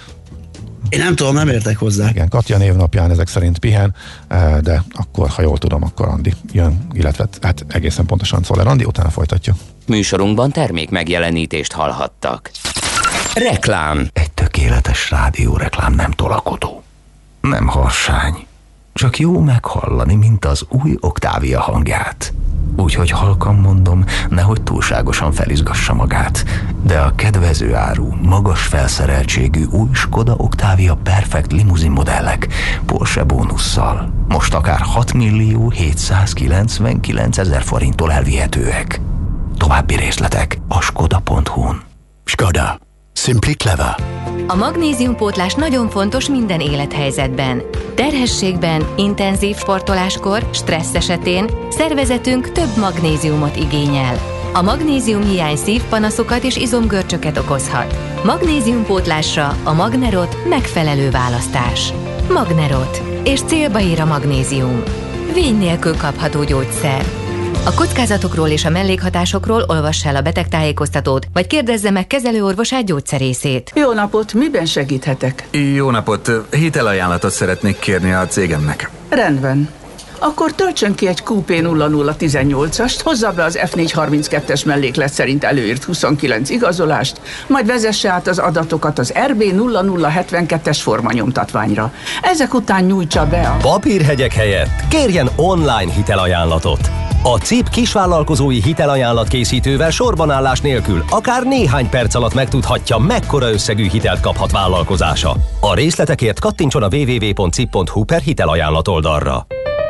Én nem tudom, nem értek hozzá. Igen, Katja névnapján ezek szerint pihen, de akkor, ha jól tudom, akkor Andi jön, illetve hát egészen pontosan Czoller Andi, utána folytatjuk. Műsorunkban termék megjelenítést hallhattak. Reklám. Egy tökéletes rádióreklám nem tolakodó, nem harsány, csak jó meghallani, mint az új Octavia hangját. Úgyhogy halkan mondom, nehogy túlságosan felizgassa magát, de a kedvező áru, magas felszereltségű új Skoda Octavia Perfect limuzin modellek Porsche bónusszal most akár hat millió hétszázkilencvenkilencezer forinttól elvihetőek. További részletek a skoda pont hu-n. Skoda. Simply clever. A magnéziumpótlás nagyon fontos minden élethelyzetben. Terhességben, intenzív sportoláskor, stressz esetén szervezetünk több magnéziumot igényel. A magnézium hiány szívpanaszokat és izomgörcsöket okozhat. Magnéziumpótlásra a Magnerot megfelelő választás. Magnerot. És célba ér a magnézium. Vény nélkül kapható gyógyszer. A kockázatokról és a mellékhatásokról olvass el a betegtájékoztatót, vagy kérdezze meg kezelőorvosát, gyógyszerészét. Jó napot, miben segíthetek? Jó napot, hitelajánlatot szeretnék kérni a cégemnek. Rendben. Akkor töltsön ki egy Q P nulla nulla tizennyolcast, hozza be az F négy harminckettes melléklet szerint előírt huszonkilenc igazolást, majd vezesse át az adatokat az R B nulla nulla hetvenkettes formanyomtatványra. Ezek után nyújtsa be a... Papírhegyek helyett kérjen online hitelajánlatot. A C I P kisvállalkozói hitelajánlat készítővel sorbanállás nélkül akár néhány perc alatt megtudhatja, mekkora összegű hitelt kaphat vállalkozása. A részletekért kattintson a double-u double-u double-u pont cip pont hu per hitelajánlat oldalra.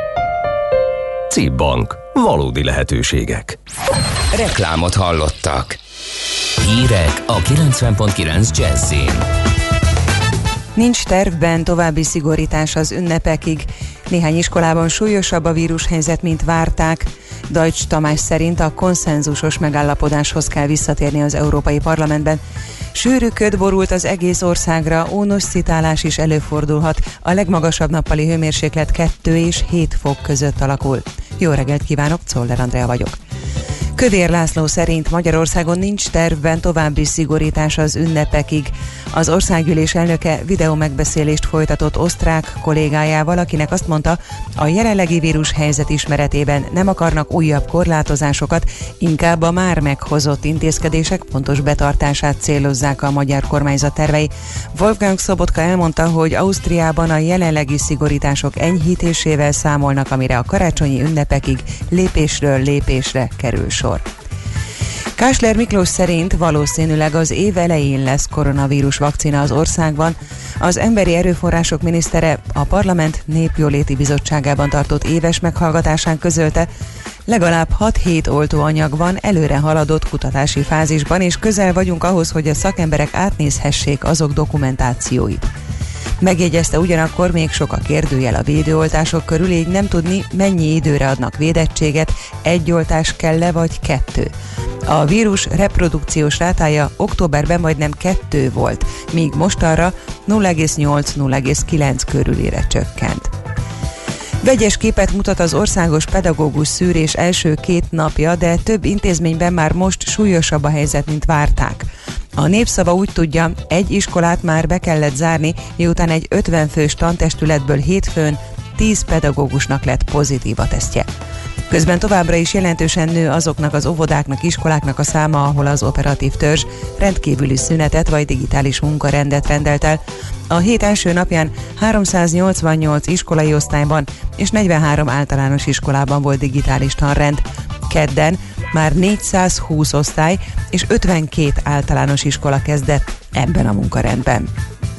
C I P Bank. Valódi lehetőségek. Reklámot hallottak. Hírek a kilencven pont kilenc Jazzin. Nincs tervben további szigorítás az ünnepekig. Néhány iskolában súlyosabb a vírushelyzet, mint várták. Deutsch Tamás szerint a konszenzusos megállapodáshoz kell visszatérni az Európai Parlamentben. Sűrű köd borult az egész országra, ónos szitálás is előfordulhat. A legmagasabb nappali hőmérséklet kettő és hét fok között alakul. Jó reggelt kívánok, Czoller Andrea vagyok. Kövér László szerint Magyarországon nincs tervben további szigorítás az ünnepekig. Az országgyűlés elnöke videó megbeszélést folytatott osztrák kollégájával, akinek azt mondta, a jelenlegi vírus helyzet ismeretében nem akarnak újabb korlátozásokat, inkább a már meghozott intézkedések pontos betartását célozzák a magyar kormányzat tervei. Wolfgang Sobotka elmondta, hogy Ausztriában a jelenlegi szigorítások enyhítésével számolnak, amire a karácsonyi ünnepekig lépésről lépésre kerül sor. Kásler Miklós szerint valószínűleg az év elején lesz koronavírus vakcina az országban. Az Emberi Erőforrások minisztere a Parlament Népjóléti Bizottságában tartott éves meghallgatásán közölte, legalább hat-hét oltóanyag van előre haladott kutatási fázisban, és közel vagyunk ahhoz, hogy a szakemberek átnézhessék azok dokumentációit. Megjegyezte ugyanakkor, még sok a kérdőjel a védőoltások körül, így nem tudni, mennyi időre adnak védettséget, egy oltás kell-e vagy kettő. A vírus reprodukciós rátája októberben majdnem kettő volt, míg mostanra nulla egész nyolc - nulla egész kilenc körülire csökkent. Vegyes képet mutat az országos pedagógus szűrés első két napja, de több intézményben már most súlyosabb a helyzet, mint várták. A Népszava úgy tudja, egy iskolát már be kellett zárni, miután egy ötven fős tantestületből hétfőn tíz pedagógusnak lett pozitív a tesztje. Közben továbbra is jelentősen nő azoknak az óvodáknak, iskoláknak a száma, ahol az operatív törzs rendkívüli szünetet vagy digitális munkarendet rendelt el. A hét első napján háromszáznyolcvannyolc iskolai osztályban és negyvenhárom általános iskolában volt digitális tanrend. Kedden már négyszázhúsz osztály és ötvenkét általános iskola kezdett ebben a munkarendben.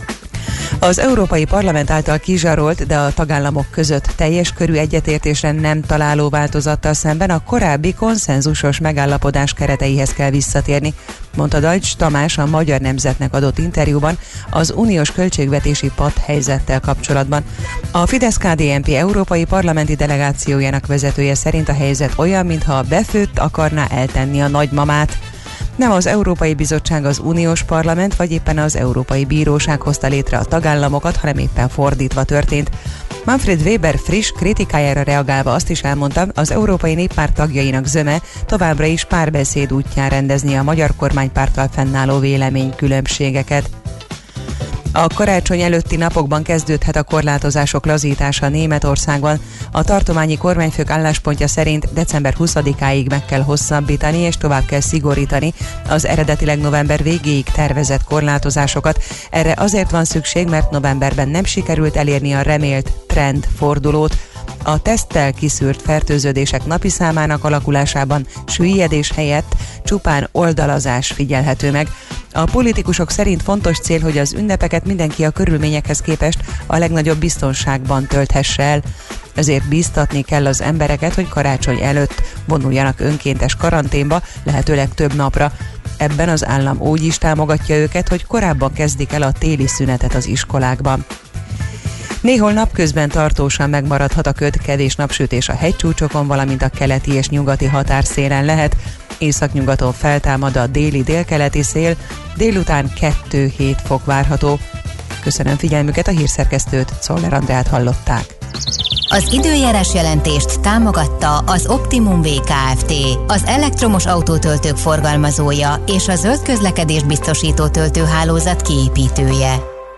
Az Európai Parlament által kizsarolt, de a tagállamok között teljes körű egyetértésre nem találó változattal szemben a korábbi konszenzusos megállapodás kereteihez kell visszatérni, mondta Deutsch Tamás a Magyar Nemzetnek adott interjúban az uniós költségvetési padhelyzettel kapcsolatban. A Fidesz-ká dé en pé európai parlamenti delegációjának vezetője szerint a helyzet olyan, mintha a befőtt akarná eltenni a nagymamát. Nem az Európai Bizottság, az Uniós Parlament vagy éppen az Európai Bíróság hozta létre a tagállamokat, hanem éppen fordítva történt. Manfred Weber friss kritikájára reagálva azt is elmondta, az Európai Néppárt tagjainak zöme továbbra is párbeszéd útján rendezni a magyar kormánypárttal fennálló véleménykülönbségeket. A karácsony előtti napokban kezdődhet a korlátozások lazítása Németországban. A tartományi kormányfők álláspontja szerint december huszadikáig meg kell hosszabbítani és tovább kell szigorítani az eredetileg november végéig tervezett korlátozásokat. Erre azért van szükség, mert novemberben nem sikerült elérni a remélt trendfordulót. A teszttel kiszűrt fertőződések napi számának alakulásában süllyedés helyett csupán oldalazás figyelhető meg. A politikusok szerint fontos cél, hogy az ünnepeket mindenki a körülményekhez képest a legnagyobb biztonságban tölthesse el. Ezért bíztatni kell az embereket, hogy karácsony előtt vonuljanak önkéntes karanténba, lehetőleg több napra. Ebben az állam úgy is támogatja őket, hogy korábban kezdik el a téli szünetet az iskolákban. Néhol napközben tartósan megmaradhat a köd, kevés napsütés a hegycsúcsokon, valamint a keleti és nyugati határszélen lehet. Északnyugaton feltámad a déli-délkeleti szél, délután kettő-hét fok várható. Köszönöm figyelmüket, a hírszerkesztőt, Czoller Andrát hallották. Az időjárás jelentést támogatta az Optimum vé Kft., az elektromos autótöltők forgalmazója és a zöld közlekedés biztosító töltőhálózat kiépítője.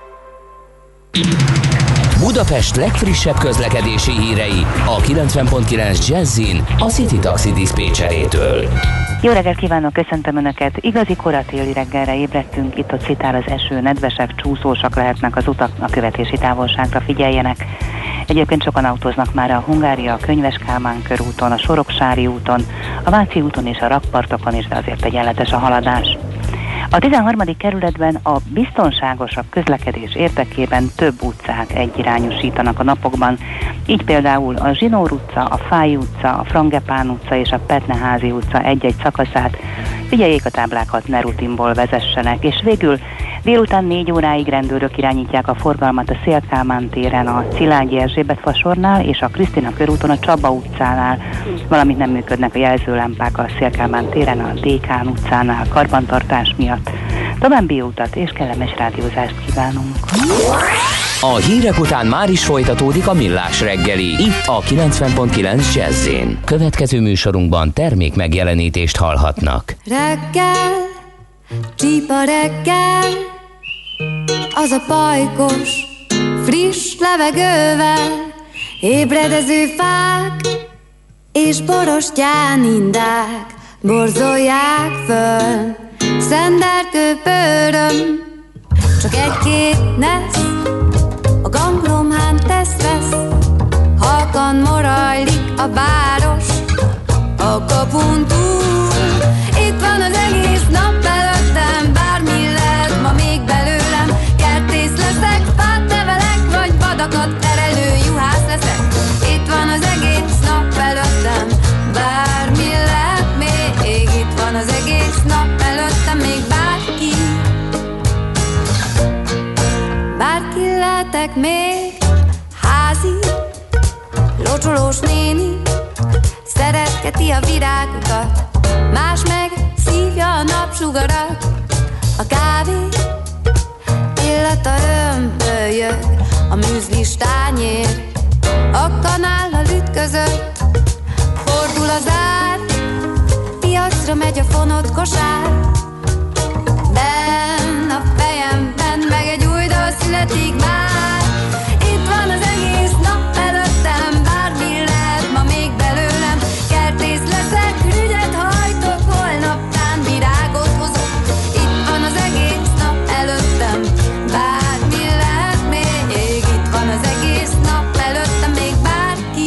Budapest legfrissebb közlekedési hírei a kilencven pont kilenc Jazzin a City Taxi diszpécserétől. Jó reggelt kívánok, köszöntöm Önöket! Igazi koratéli reggelre ébredtünk, itt ott szitár az eső, nedvesek, csúszósak lehetnek az utak, a követési távolságra figyeljenek. Egyébként sokan autóznak már a Hungária, a Könyves Kálmán körúton, a Soroksári úton, a Váci úton és a rakpartokon is, de azért egyenletes a haladás. A tizenharmadik kerületben a biztonságosabb közlekedés érdekében több utcát egyirányosítanak a napokban, így például a Zsinór utca, a Fáy utca, a Frangepán utca és a Petneházi utca egy-egy szakaszát, figyeljék a táblákat, ne rutinból vezessenek, és végül délután négy óráig rendőrök irányítják a forgalmat a Széll-Kálmán téren, a Szilágyi Erzsébet fasornál és a Krisztina körúton a Csaba utcánál, valamint nem működnek a jelzőlámpák a Széll-Kálmán téren, a Dékán utcánál karbantartás miatt. További utat és kellemes rádiózást kívánunk! A hírek után már is folytatódik a Millás reggeli, itt a kilencven pont kilenc Jazz-én. Következő műsorunkban termék megjelenítést hallhatnak. Reggel, csípa reggel, az a pajkos, friss levegővel, ébredező fák és borostyán indák borzolják föl. Szenderkő pöröm, csak egy-két nesz, a ganglomhán tesz-vesz, halkan morajlik a város a kapun túl. Itt van az egész nap előttem, bármi lehet ma még belőlem. Kertész leszek, fát nevelek, vagy vadakat terelő juhász leszek. Itt van az egész nap előttem, bármi lehet még. Itt van az egész nap előttem, még bárki. Bárki lehetek még, házi, locsolós néni, szeretgeti a virágokat, más meg szívja a napsugarat. A kávé illata ömbölyög, a műzlis tányér a kanállal ütközött. Fordul az ár, piacra megy a fonott kosár. Benn a fejemben meg egy új dal születik már. Itt van az egész nap előttem, bármi lehet ma még belőlem. Kertész leszek, rügyet hajtok, holnaptán virágot hozok. Itt van az egész nap előttem, bármi lehet még. Itt van az egész nap előttem, még bárki.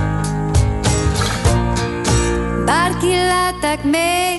Bárki lehetek még.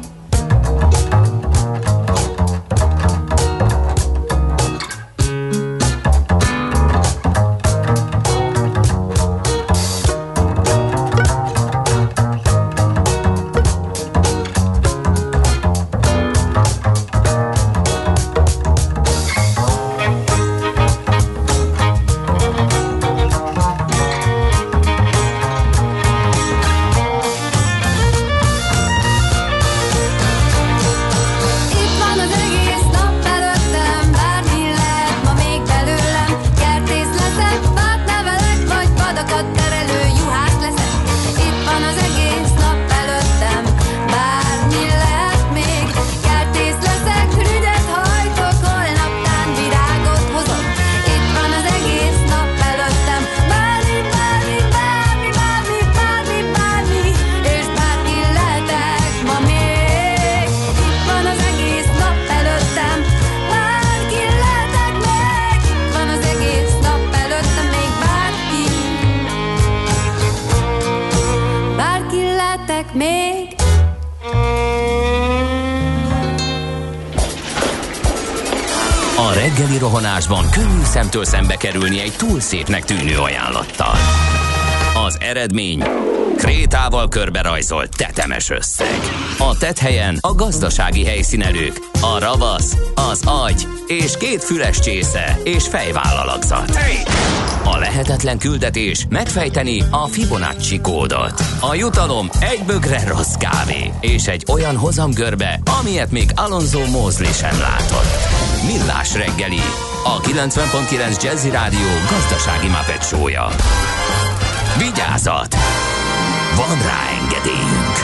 Reggeli rohanásban könnyű szemtől szembe kerülni egy túl szépnek tűnő ajánlattal. Az eredmény krétával körberajzolt tetemes összeg. A tetthelyen a gazdasági helyszínelők, a ravasz, az agy és két füles csésze és fejvállalakzat. A lehetetlen küldetés megfejteni a Fibonacci kódot. A jutalom egy bögre rossz kávé és egy olyan hozamgörbe, amilyet még Alonso Mosley sem látott. Millás reggeli, a kilencven pont kilenc Jazzy Rádió gazdasági Muppet show-ja. Vigyázat! Van rá engedélyünk!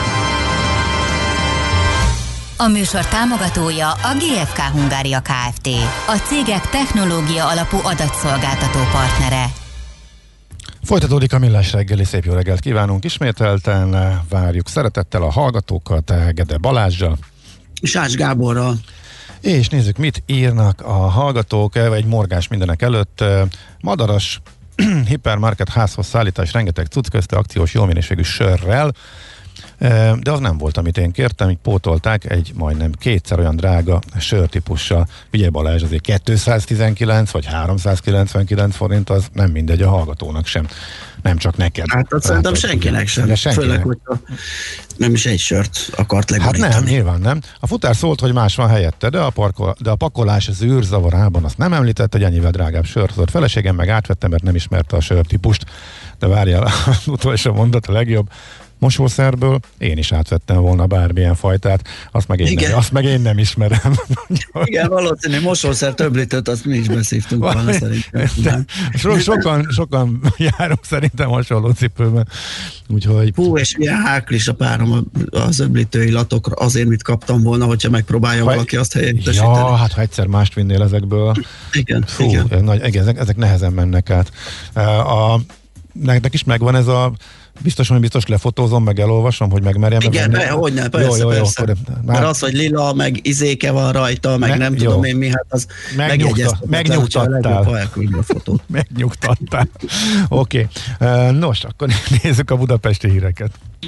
A műsor támogatója a gé ef ká Hungária Kft. A cégek technológia alapú adatszolgáltató partnere. Folytatódik a Millás reggeli, szép jó reggelt kívánunk ismételten, várjuk szeretettel a hallgatókat, Gede Balázsral és Ács Gáborral. És nézzük, mit írnak a hallgatók, egy morgás mindenek előtt. Madaras hipermarket házhoz szállítás, rengeteg cucc közte akciós jó minőségű sörrel, de az nem volt, amit én kértem, így pótolták egy majdnem kétszer olyan drága sörtípussal. Figyelj Balázs, azért kétszáztizenkilenc vagy háromszázkilencvenkilenc forint, az nem mindegy a hallgatónak sem. Nem csak neked. Hát azt szerintem senkinek sem. Senkinek. Főleg, hogyha nem is egy sört akart legorítani. Hát nem, nyilván nem. A futár szólt, hogy más van helyette, de a, parkol, de a pakolás az űrzavarában azt nem említett, hogy ennyivel drágább sört hozott. Feleségem meg átvettem, mert nem ismerte a sörtípust. De várjál, az utolsó mondat a legjobb. mosószerből, én is átvettem volna bármilyen fajtát, azt meg én, nem, azt meg én nem ismerem. Igen, valószínű mosószer több litert, azt mi is beszívtunk volna szerintem. So, sokan, sokan járunk szerintem hasonló cipőben. Úgyhogy... Hú, és milyen háklis a párom az öblítő illatokra, azért mit kaptam volna, hogyha megpróbálja ha, valaki azt helyettesíteni. Ja, hát ha egyszer mást vinnél ezekből. Igen, Fú, igen. Nagy, igen ezek, ezek nehezen mennek át. A, nektek is megvan ez a biztos, hogy biztos lefotózom, meg elolvasom, hogy megmerjem. Igen, ne, hogy ne, persze, jó, jó, persze. Jó, akkor, mert az, hogy lila, meg izéke van rajta, meg ne, nem jó. tudom én mi, hát az megnyugta, megnyugtattál. Megnyugtattál. Oké. Okay. Nos, akkor nézzük a budapesti híreket.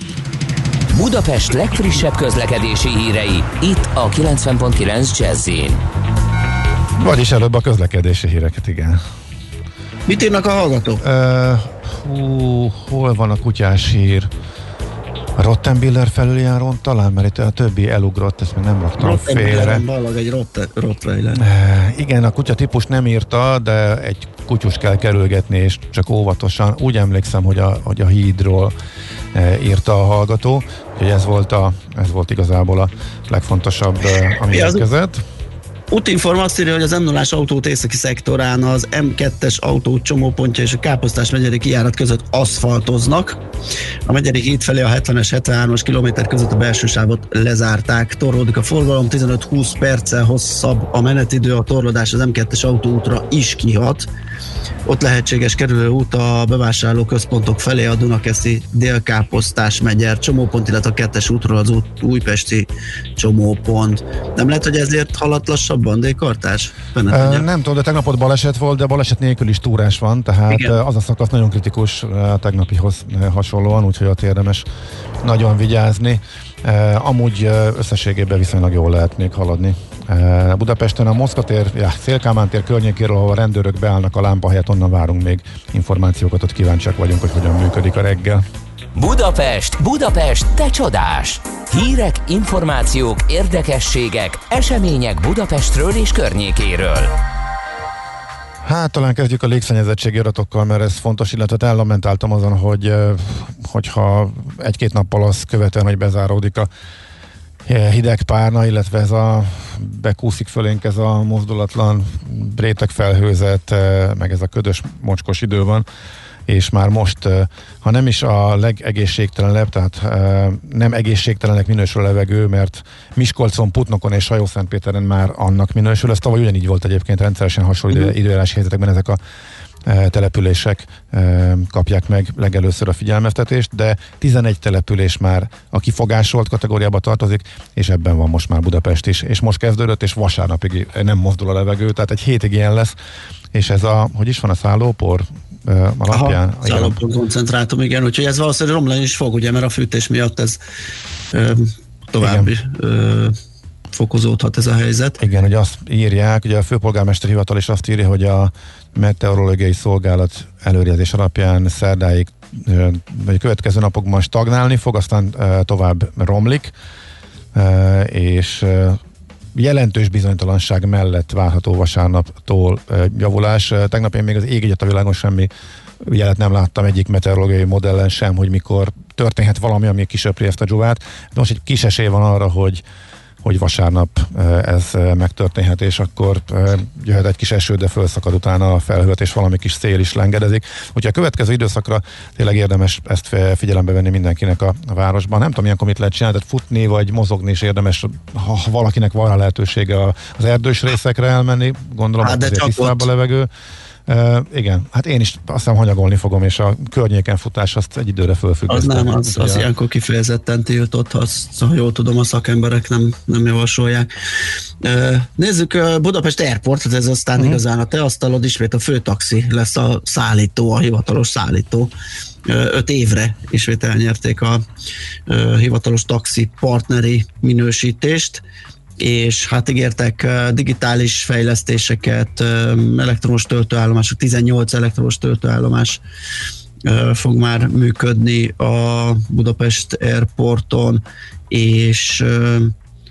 Budapest legfrissebb közlekedési hírei, itt a kilencven pont kilenc Jazz-in. Vagyis előbb a közlekedési híreket, igen. Mit írnak a hallgatók? Uh, hú, hol van a kutyás hír? A Rottenbiller felüljárón talán, mert itt a többi elugrott, ezt még nem raktam félre. Ballag egy rott, Rottweiler. Uh, igen, a kutya típus nem írta, de egy kutyus kell kerülgetni, és csak óvatosan. Úgy emlékszem, hogy a, hogy a hídról uh, írta a hallgató, hogy ez volt, a, ez volt igazából a legfontosabb, uh, ami érkezett. Útinform azt írja, hogy az em nullás autót északi szektorán az em kettes autó csomópontja és a Káposztás megyeri kijárat között aszfaltoznak. A megyeri híd felé a hetvenes hetvenhármas kilométer között a belső sávot lezárták. Torlódik a forgalom, tizenöt-húsz perccel hosszabb a menetidő, a torlódás az em kettes autóútra is kihat. Ott lehetséges kerülőút a bevásárló központok felé a Dunakeszi Dél-Káposztás megyer csomópont, illetve a kettes útról az út, újpesti csomópont. Nem lehet, hogy ezért haladt lassabban, D-kartás? E, nem tudom, de tegnap ott baleset volt, de baleset nélkül is túrás van, tehát igen. Az a szakasz nagyon kritikus a tegnapihoz hasonlóan, úgyhogy ott érdemes nagyon vigyázni. E, amúgy összességében viszonylag jól lehet még haladni. Budapesten a Moszkva tér, ja, Szél-Kálmán tér környékéről, ahol a rendőrök beállnak a lámpa helyett, onnan várunk még információkat, ott kíváncsiak vagyunk, hogy hogyan működik a reggel. Budapest, Budapest, te csodás! Hírek, információk, érdekességek, események Budapestről és környékéről. Hát talán kezdjük a légszennyezettségi adatokkal, mert ez fontos, illetve ellamentáltam azon, hogy hogyha egy-két nappal azt követően, hogy bezáródik a hideg párna, illetve ez a bekúszik fölénk ez a mozdulatlan réteg felhőzet, meg ez a ködös, mocskos idő van, és már most, ha nem is a legegészségtelenebb, tehát nem egészségtelenek minősül a levegő, mert Miskolcon, Putnokon és Sajó-Szentpéteren már annak minősül. Ez tavaly ugyanígy volt egyébként, rendszeresen hasonló uh-huh. időjárási helyzetekben ezek a települések kapják meg legelőször a figyelmeztetést, de tizenegy település már a kifogásolt kategóriába tartozik, és ebben van most már Budapest is. És most kezdődött, és vasárnapig nem mozdul a levegő, tehát egy hétig ilyen lesz, és ez a, hogy is van a szállópor alapján? Aha, szállópor koncentrátum, igen, úgyhogy ez valószínűleg romlani is fog, ugye, mert a fűtés miatt ez ö, további ö, fokozódhat ez a helyzet. Igen, hogy azt írják, ugye a főpolgármester hivatal is azt írja, hogy a meteorológiai szolgálat előrejelzés alapján szerdáig, vagy a következő napokban stagnálni fog, aztán tovább romlik, és jelentős bizonytalanság mellett várható vasárnaptól javulás. Tegnap én még az ég egyet a világon semmi jelet nem láttam egyik meteorológiai modellen sem, hogy mikor történhet valami, ami kisöpri ezt a dzsuvát. De most egy kis esély van arra, hogy hogy vasárnap ez megtörténhet, és akkor jöhet egy kis eső, de fölszakad utána a felhőt, és valami kis szél is lengedezik. Úgyhogy a következő időszakra tényleg érdemes ezt figyelembe venni mindenkinek a, a városban. Nem tudom, ilyenkor mit lehet csinálni, tehát futni vagy mozogni is érdemes, ha valakinek van a lehetősége az erdős részekre elmenni, gondolom, hát, hogy azért tisztább a levegő. Uh, igen, hát én is azt hiszem hanyagolni fogom, és a környéken futás azt egy időre fölfüggesztem. Az nem, az, az ilyenkor kifejezetten tiltott, azt, ha jól tudom, a szakemberek nem, nem javasolják. Uh, nézzük, uh, Budapest Airport, ez aztán uh-huh. igazán a te asztalod, ismét a főtaxi lesz a szállító, a hivatalos szállító. Uh, öt évre ismét elnyerték a uh, hivatalos taxi partneri minősítést, és hát ígértek digitális fejlesztéseket, elektromos töltőállomások, tizennyolc elektromos töltőállomás fog már működni a Budapest Airporton, és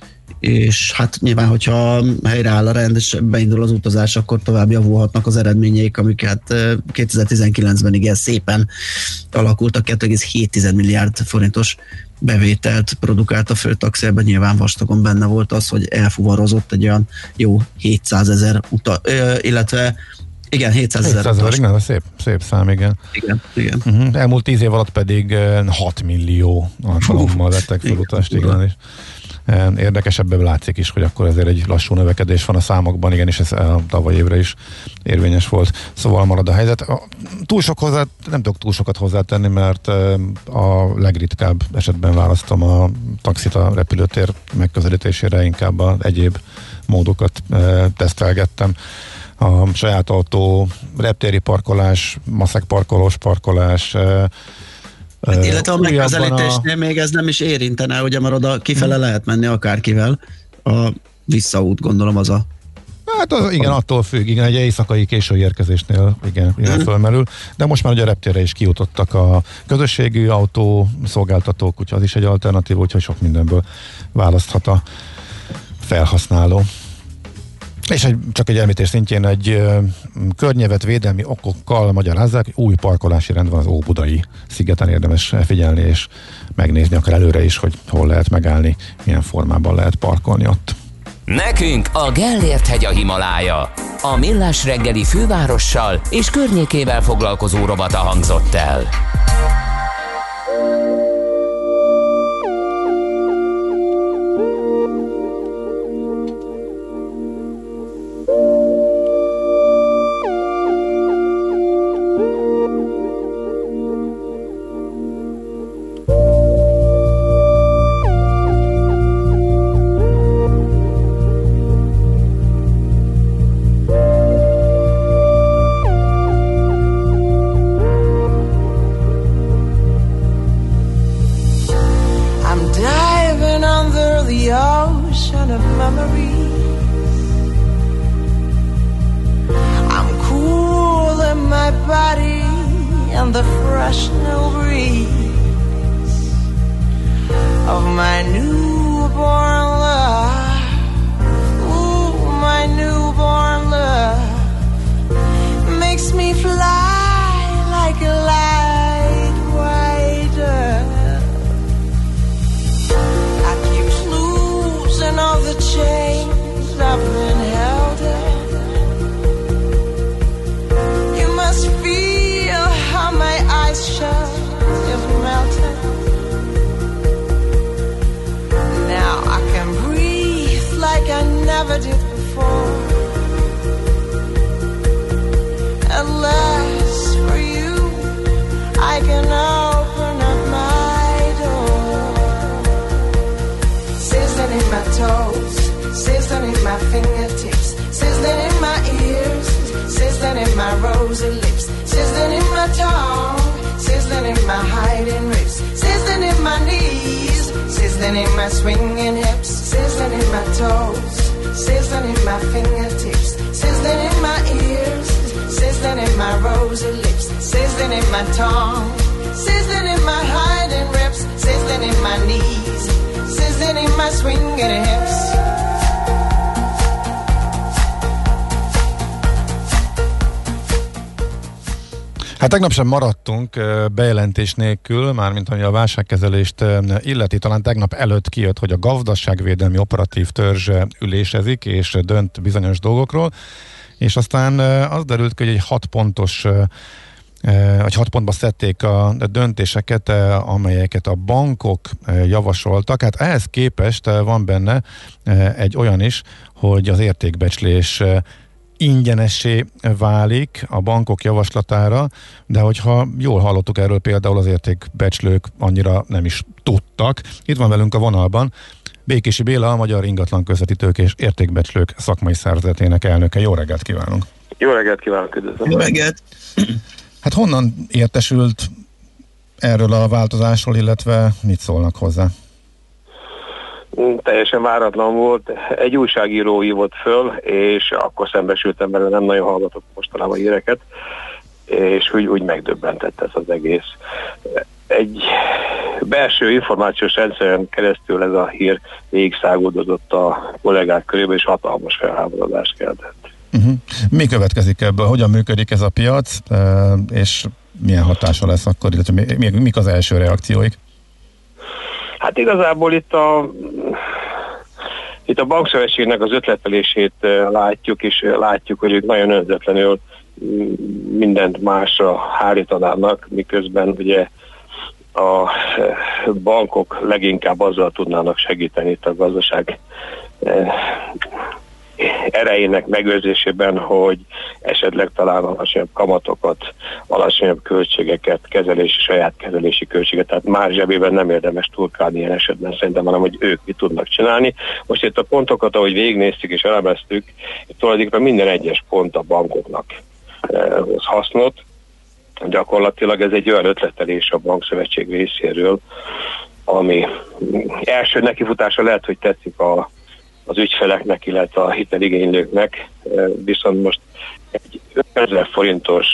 és hát nyilván, hogyha helyreáll a rend, és beindul az utazás, akkor tovább javulhatnak az eredményeik, amik hát kétezer-tizenkilencben igen szépen alakultak, két egész hét milliárd forintos bevételt produkált a főtaxi, ebben nyilván vastagon benne volt az, hogy elfuvarozott egy olyan jó hétszázezer uta, illetve igen, hétszázezer utas. Igen, szép, szép szám, igen. Igen, igen. Uh-huh. Elmúlt tíz év alatt pedig hat millió alkalommal vettek fel utast, igen, és érdekes, ebből látszik is, hogy akkor ezért egy lassú növekedés van a számokban, igen, és ez a tavaly évre is érvényes volt. Szóval marad a helyzet. Túl sok hozzá, nem tudok túl sokat hozzátenni, mert a legritkább esetben választom a taxit a repülőtér megközelítésére, inkább az egyéb módokat tesztelgettem. A saját autó, reptéri parkolás, maszek parkolós parkolás, hát, illetve a megközelítésnél a... még ez nem is érintene, ugye, mert oda kifele lehet menni akárkivel. A visszaút, gondolom, az a... Hát az, igen, attól függ, igen, egy éjszakai késő érkezésnél igen, igen, hmm. fölmerül, de most már ugye a reptérre is kijutottak a közösségű autó szolgáltatók, úgyhogy az is egy alternatív, úgyhogy sok mindenből választhat a felhasználó. És egy, csak egy említés szintjén egy ö, környezetvédelmi okokkal magyarázzák, hogy új parkolási rend van az Óbudai szigeten, érdemes figyelni és megnézni akár előre is, hogy hol lehet megállni, milyen formában lehet parkolni ott. Nekünk a Gellért hegy a Himalája. A Millás reggeli fővárossal és környékével foglalkozó rovata hangzott el. Hát tegnap sem maradtunk bejelentés nélkül, mármint ami a válságkezelést illeti. Talán tegnap előtt kijött, hogy a gazdaságvédelmi operatív törzs ülésezik és dönt bizonyos dolgokról, és aztán az derült ki, hogy egy hat pontos vagy hat pontba szedték a döntéseket, amelyeket a bankok javasoltak. Hát ehhez képest van benne egy olyan is, hogy az értékbecslés ingyenessé válik a bankok javaslatára, de hogyha jól hallottuk erről, például az értékbecslők annyira nem is tudtak. Itt van velünk a vonalban Békési Béla, a Magyar Ingatlan Közvetítők és Értékbecslők szakmai szervezetének elnöke. Jó reggelt kívánunk! Jó reggelt kívánok, üdvözlöm! Jó reggelt! Hát honnan értesült erről a változásról, illetve mit szólnak hozzá? Teljesen váratlan volt. Egy újságíró hívott föl, és akkor szembesültem vele, nem nagyon hallgatok mostanában híreket, és úgy, úgy megdöbbentett ez az egész. egy belső információs rendszeren keresztül ez a hír végigszágódott a kollégák körében, és hatalmas felháborodást keltett. Uh-huh. Mi következik ebből? Hogyan működik ez a piac, és milyen hatása lesz akkor, illetve mik az első reakcióik? Hát igazából itt a itt a bankszövetségnek az ötletelését látjuk, és látjuk, hogy ők nagyon önzetlenül mindent másra hárítanának, miközben ugye a bankok leginkább azzal tudnának segíteni itt a gazdaság erejének megőrzésében, hogy esetleg talán alacsonyabb kamatokat, alacsonyabb költségeket, kezelési, saját kezelési költséget, tehát más zsebében nem érdemes turkálni ilyen esetben szerintem, hanem hogy ők mit tudnak csinálni. Most itt a pontokat, ahogy végignéztük és elemeztük, itt tulajdonképpen minden egyes pont a bankoknak hoz hasznot. Gyakorlatilag ez egy olyan ötletelés a bankszövetség részéről, ami első nekifutása lehet, hogy tetszik a az ügyfeleknek, illetve a hiteligénylőknek, viszont most egy ötezer forintos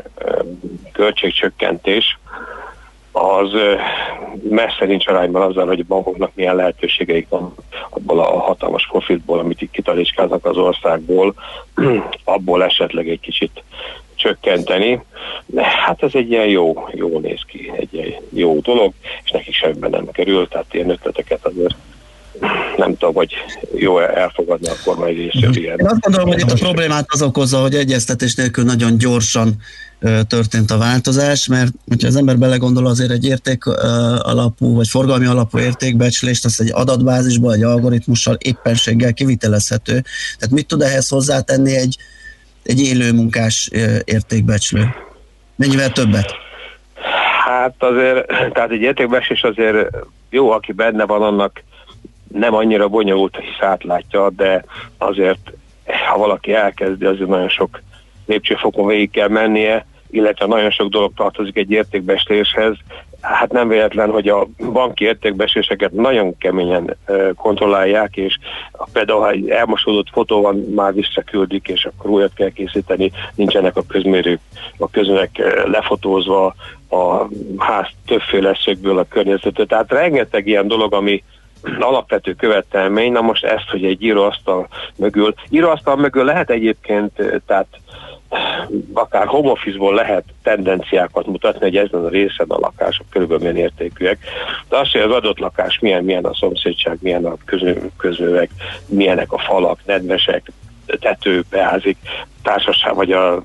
költségcsökkentés az messze nincs arányban azzal, hogy a bankoknak milyen lehetőségeik van abból a hatalmas profitból, amit itt kitalicskáznak az országból, abból esetleg egy kicsit csökkenteni. Hát ez egy ilyen jó, jó néz ki, egy ilyen jó dolog, és nekik semmiben nem kerül, tehát ilyen ötleteket azért nem tudom, hogy jó elfogadni a kormány részéről ilyen. Én azt gondolom, hogy itt a problémát az okozza, hogy egyeztetés nélkül nagyon gyorsan uh, történt a változás, mert hogyha az ember belegondol, azért egy érték uh, alapú, vagy forgalmi alapú értékbecslést, azt egy adatbázisból, egy algoritmussal éppenséggel kivitelezhető. Tehát mit tud ehhez hozzátenni egy, egy élő munkás uh, értékbecslő? Mennyivel többet? Hát azért, tehát egy értékbecslés azért jó, aki benne van, annak nem annyira bonyolult, hisz átlátja, de azért, ha valaki elkezdi, azért nagyon sok lépcsőfokon végig kell mennie, illetve nagyon sok dolog tartozik egy értékbecsléshez. Hát nem véletlen, hogy a banki értékbecsléseket nagyon keményen kontrollálják, és például, ha egy elmosódott fotó van, már visszaküldik, és akkor újat kell készíteni, nincsenek a közmérők, a közönek lefotózva, a ház többféle szögből a környezetet. Tehát rengeteg ilyen dolog, ami alapvető követelmény. Na most ezt, hogy egy íróasztal mögül, íróasztal mögül lehet egyébként, tehát akár home office-ból lehet tendenciákat mutatni, hogy ezen a részen a lakások körülbelül milyen értékűek. De az, hogy az adott lakás milyen, milyen a szomszédság, milyen a közművek, milyenek a falak, nedvesek, tető, beázik, társaság, vagy a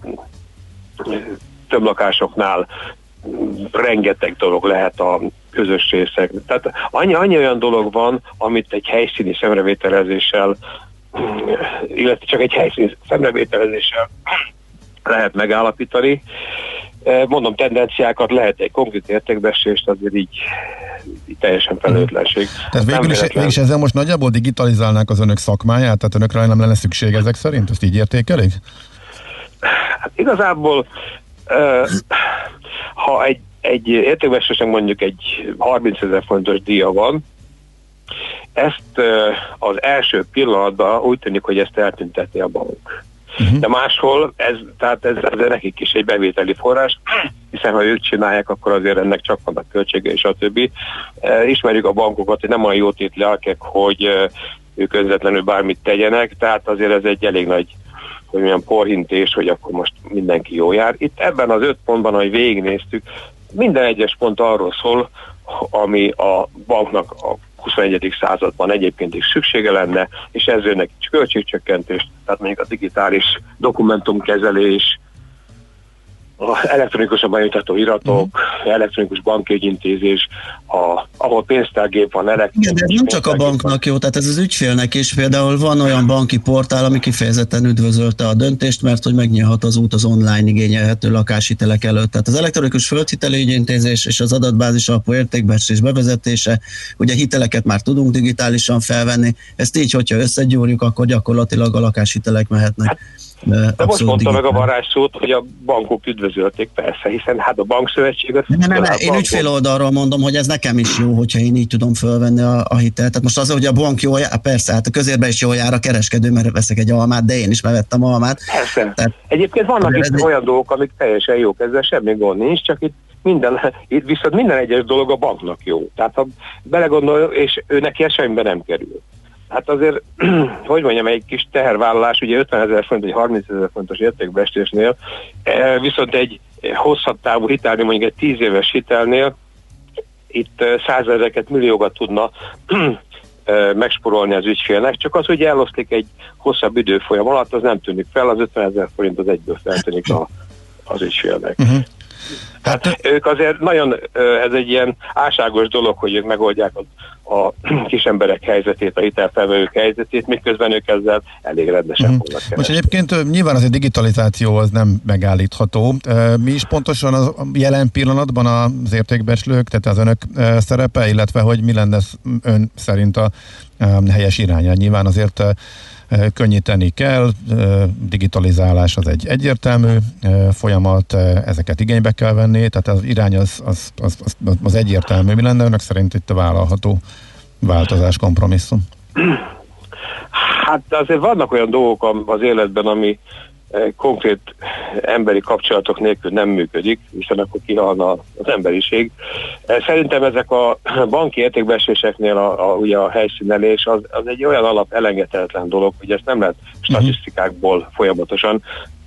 tömblakásoknál rengeteg dolog lehet a közös részek. Tehát annyi, annyi olyan dolog van, amit egy helyszíni szemrevételezéssel, illetve csak egy helyszíni szemrevételezéssel lehet megállapítani. Mondom, tendenciákat lehet, egy konkrét értékbeslést azért így, így teljesen felelőtlenség. Tehát végül is, végül is ezzel most nagyjából digitalizálnák az önök szakmáját, tehát önökre nem lenne szükség ezek szerint? Ezt így értékelik? Hát igazából uh, ha egy, egy értékbeslésnek mondjuk egy harmincezer forintos díja van, ezt uh, az első pillanatban úgy tűnik, hogy ezt eltünteti a bank. Uh-huh. De máshol ez, tehát ez, ez nekik is egy bevételi forrás, hiszen ha ők csinálják, akkor azért ennek csak vannak költsége és a többi. Uh, ismerjük a bankokat, hogy nem olyan jó tét lelkek, hogy uh, ők önzetlenül bármit tegyenek, tehát azért ez egy elég nagy, hogy milyen porhintés, hogy akkor most mindenki jól jár. Itt ebben az öt pontban, ahogy végignéztük, minden egyes pont arról szól, ami a banknak a huszonegyedik században egyébként is szüksége lenne, és ezzel neki költségcsökkentést, tehát mondjuk a digitális dokumentumkezelés, az elektronikusan bejutató iratok, mm. elektronikus bankjegyintézés, a, ahol pénztárgép van, elektronikus. Igen, de ez nem csak a banknak jó, tehát ez az ügyfélnek is. Például van olyan banki portál, ami kifejezetten üdvözölte a döntést, mert hogy megnyílhat az út az online igényelhető lakáshitelek előtt. Tehát az elektronikus földhitelügyintézés és az adatbázis alapú értékbecslés bevezetése, ugye hiteleket már tudunk digitálisan felvenni, ezt így, hogyha összegyúrjuk, akkor gyakorlatilag a lakáshitelek mehetnek. Hát, de, de most mondta meg a varázsszót, hogy a bankok üdvözölték, persze, hiszen hát a bankszövetség... Nem, nem, nem, én ügyfél oldalról mondom, hogy ez nekem is jó, hogyha én így tudom fölvenni a, a hitelt. Tehát most az, hogy a bank jól jár, persze, hát a közérben is jól jár a kereskedő, mert veszek egy almát, de én is bevettem almát. Persze. Tehát, egyébként vannak itt egy... olyan dolgok, amik teljesen jók, ezzel semmi gond nincs, csak itt minden, itt viszont minden egyes dolog a banknak jó. Tehát ha belegondol, és ő neki ez semmibe nem kerül. Hát azért, hogy mondjam, egy kis tehervállalás, ugye ötvenezer forint, vagy harmincezer forintos értékbeestésnél, viszont egy hosszabb távú hitelnél, mondjuk egy tíz éves hitelnél, itt százezreket, milliókat tudna megsporolni az ügyfélnek, csak az, hogy eloszlik egy hosszabb időfolyam alatt, az nem tűnik fel, az ötvenezer forint az egyből feltűnik a, az ügyfélnek. Uh-huh. Tehát ők azért nagyon, ez egy ilyen álságos dolog, hogy ők megoldják a, a kis emberek helyzetét, a hitelfelvevők helyzetét, miközben ők ezzel elég rendesen uh-huh. fognak keresni. Most egyébként nyilván az a digitalizáció az nem megállítható. Mi is pontosan az jelen pillanatban az értékbecslők, tehát az önök szerepe, illetve hogy mi lenne ön szerint a helyes iránya? Nyilván azért könnyíteni kell, digitalizálás az egy egyértelmű folyamat, ezeket igénybe kell venni, tehát az irány az, az, az, az egyértelmű. Mi lenne önök szerint itt a vállalható változás, kompromisszum? Hát azért vannak olyan dolgok az életben, ami konkrét emberi kapcsolatok nélkül nem működik, hiszen akkor kihalna az emberiség. Szerintem ezek a banki értékbeeséseknél a, a, ugye a helyszínelés az, az egy olyan alap elengedhetetlen dolog, hogy ezt nem lehet statisztikákból folyamatosan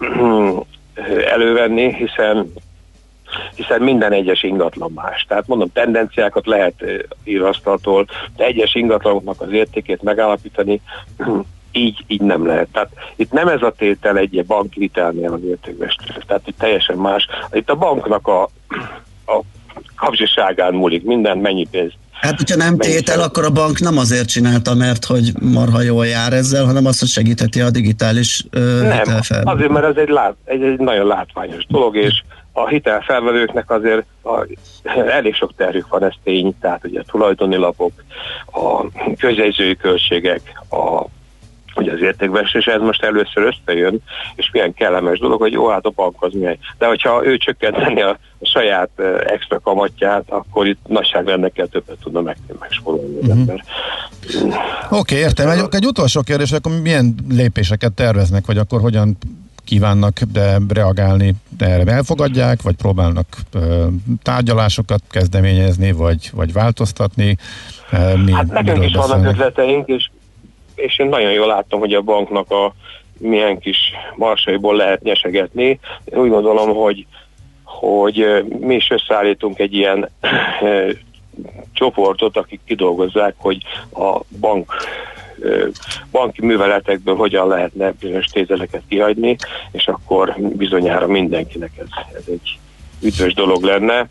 elővenni, hiszen hiszen minden egyes ingatlan más. Tehát mondom, tendenciákat lehet írasztaltól, de egyes ingatlanoknak az értékét megállapítani így, így nem lehet. Tehát itt nem ez a tétel egy banki hitelnél az értékbecslés. Tehát itt teljesen más. Itt a banknak a, a kapcsiságán múlik minden, mennyi pénzt. Hát, hogyha nem tétel, akkor a bank nem azért csinálta, mert hogy marha jól jár ezzel, hanem azt, hogy segítheti a digitális uh, hitelfelvevőt. Nem, azért, mert ez egy, lát, egy, egy nagyon látványos dolog, és a hitelfelvevőknek azért a, elég sok terhük van, ez tény, tehát ugye a tulajdoni lapok, a közjegyzői költségek, a ugye az értékbecslés, ez most először összejön, és milyen kellemes dolog, hogy jó, hát a bank az milyen. De hogyha ő csökkenteni a, a saját uh, extra kamatját, akkor itt nagyságrendekkel többet tudna meg, megspórolni az uh-huh. ember. Oké, okay, értem. Egy, egy utolsó kérdés, akkor milyen lépéseket terveznek, vagy akkor hogyan kívánnak de reagálni, de erre elfogadják, vagy próbálnak uh, tárgyalásokat kezdeményezni, vagy, vagy változtatni? Uh, mi, hát nekünk is vannak ötleteink, és és én nagyon jól láttam, hogy a banknak a milyen kis marsaiból lehet nyesegetni. Én úgy gondolom, hogy, hogy mi is összeállítunk egy ilyen e, csoportot, akik kidolgozzák, hogy a bank, e, banki műveletekből hogyan lehetne bizonyos tételeket kihagyni, és akkor bizonyára mindenkinek ez, ez egy üdvös dolog lenne.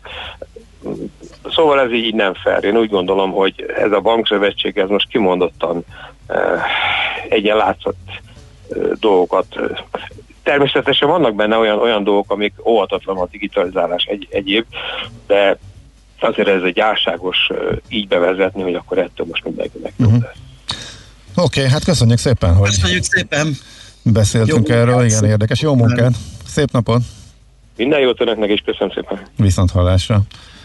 Szóval ez így nem fair. Én úgy gondolom, hogy ez a bankszövetség, ez most kimondottan egy ilyen látszott dolgokat. Természetesen vannak benne olyan, olyan dolgok, amik óvatatlan a digitalizálás egy, egyéb, de azért ez egy álságos így bevezetni, hogy akkor ettől most mindenkinek uh-huh. jobb lesz. Oké, okay, hát köszönjük szépen, hogy köszönjük szépen. beszéltünk jó erről, igen, érdekes. Jó munkát, szép napot! Minden jót önöknek, és köszönöm szépen! Viszont hallásra!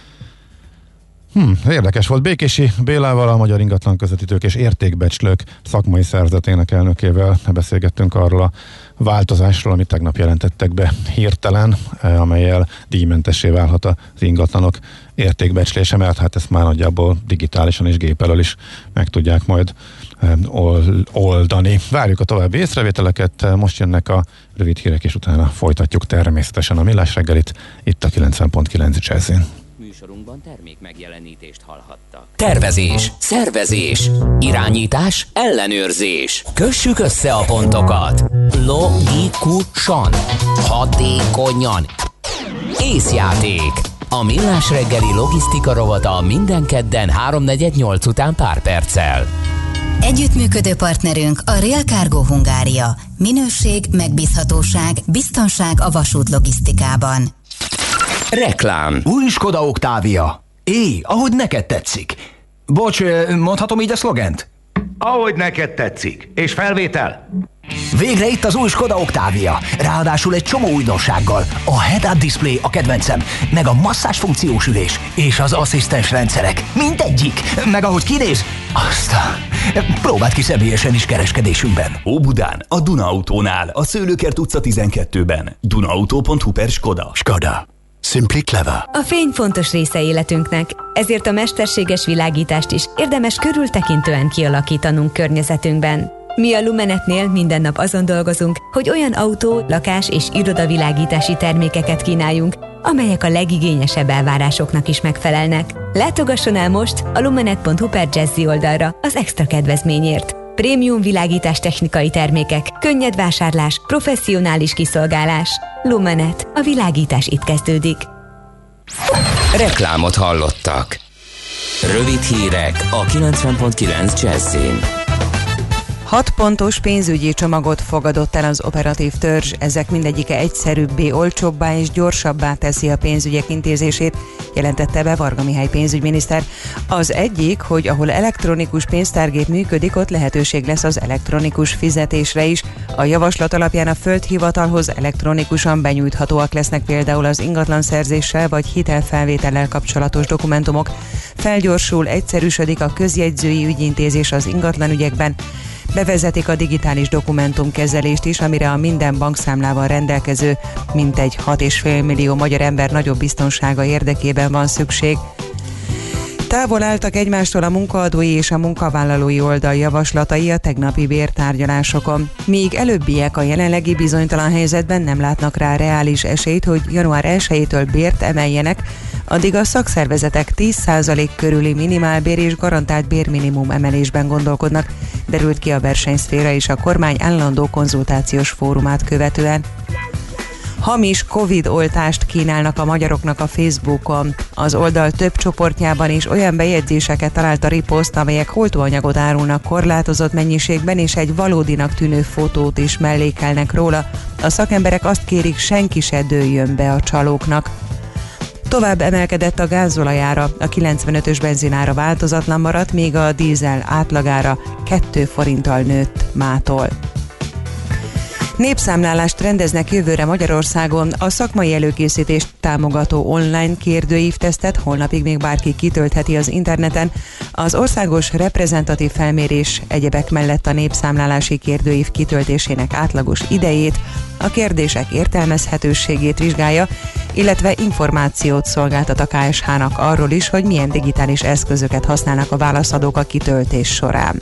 Hmm, érdekes volt. Békési Bélával, a Magyar Ingatlan Közvetítők és Értékbecslők szakmai szervezetének elnökével beszélgettünk arról a változásról, amit tegnap jelentettek be hirtelen, amellyel díjmentessé válhat az ingatlanok értékbecslése, mert hát ezt már nagyjából digitálisan és gép elől is meg tudják majd oldani. Várjuk a további észrevételeket, most jönnek a rövid hírek, és utána folytatjuk természetesen a Millás reggelit itt a kilencven pont kilenc Jazzin. Műsorunkban termék megjelenítést hallhattak. Tervezés, szervezés, irányítás, ellenőrzés. Kössük össze a pontokat. Logikusan, hatékonyan. Észjáték. A Millás reggeli logisztika rovata minden kedden háromnegyed nyolc után pár perccel. Együttműködő partnerünk a Rail Cargo Hungária. Minőség, megbízhatóság, biztonság a vasút logisztikában. Reklám. Új Skoda Octavia. Éj, ahogy neked tetszik. Bocs, mondhatom így a szlogent? Ahogy neked tetszik. És felvétel? Végre itt az új Skoda Octavia. Ráadásul egy csomó újdonsággal. A head-up display a kedvencem, meg a masszás funkciós ülés, és az asszisztens rendszerek. Mindegyik. Meg ahogy kinéz, aztán próbáld ki személyesen is kereskedésünkben. Óbudán, a Duna Autónál, a Szőlőkert utca tizenkettőben. dunaauto pont hu per Skoda. Skoda. Simply Clever. A fény fontos része életünknek, ezért a mesterséges világítást is érdemes körültekintően kialakítanunk környezetünkben. Mi a Lumenetnél minden nap azon dolgozunk, hogy olyan autó, lakás és irodavilágítási termékeket kínáljunk, amelyek a legigényesebb elvárásoknak is megfelelnek. Látogasson el most a lumenet pont hu per Jazzy oldalra az extra kedvezményért. Prémium világítás technikai termékek, könnyed vásárlás, professzionális kiszolgálás. Lumenet. A világítás itt kezdődik. Reklámot hallottak. Rövid hírek a kilencven pont kilenc Jazzyn. Hat pontos pénzügyi csomagot fogadott el az operatív törzs, ezek mindegyike egyszerűbbé, olcsóbbá és gyorsabbá teszi a pénzügyek intézését, jelentette be Varga Mihály pénzügyminiszter. Az egyik, hogy ahol elektronikus pénztárgép működik, ott lehetőség lesz az elektronikus fizetésre is. A javaslat alapján a földhivatalhoz elektronikusan benyújthatóak lesznek például az ingatlanszerzéssel vagy hitelfelvétellel kapcsolatos dokumentumok. Felgyorsul, egyszerűsödik a közjegyzői ügyintézés az ingatlanügyekben. Bevezetik a digitális dokumentumkezelést is, amire a minden bankszámlával rendelkező mintegy hat egész öt millió magyar ember nagyobb biztonsága érdekében van szükség. Távol álltak egymástól a munkaadói és a munkavállalói oldal javaslatai a tegnapi bértárgyalásokon. Míg előbbiek a jelenlegi bizonytalan helyzetben nem látnak rá reális esélyt, hogy január elsejétől bért emeljenek, addig a szakszervezetek tíz százalék körüli minimálbér és garantált bérminimum emelésben gondolkodnak, derült ki a versenyszféra és a kormány állandó konzultációs fórumát követően. Hamis Covid oltást kínálnak a magyaroknak a Facebookon. Az oldal több csoportjában is olyan bejegyzéseket talált a riposzt, amelyek oltóanyagot árulnak korlátozott mennyiségben, és egy valódinak tűnő fotót is mellékelnek róla. A szakemberek azt kérik, senki se dőljön be a csalóknak. Tovább emelkedett a gázolajára, a kilencvenötös benzinára változatlan maradt, míg a dízel átlagára két forinttal nőtt mától. Népszámlálást rendeznek jövőre Magyarországon. A szakmai előkészítést támogató online kérdőívtesztet holnapig még bárki kitöltheti az interneten. Az országos reprezentatív felmérés egyebek mellett a népszámlálási kérdőív kitöltésének átlagos idejét, a kérdések értelmezhetőségét vizsgálja, illetve információt szolgáltat a ká es há-nak arról is, hogy milyen digitális eszközöket használnak a válaszadók a kitöltés során.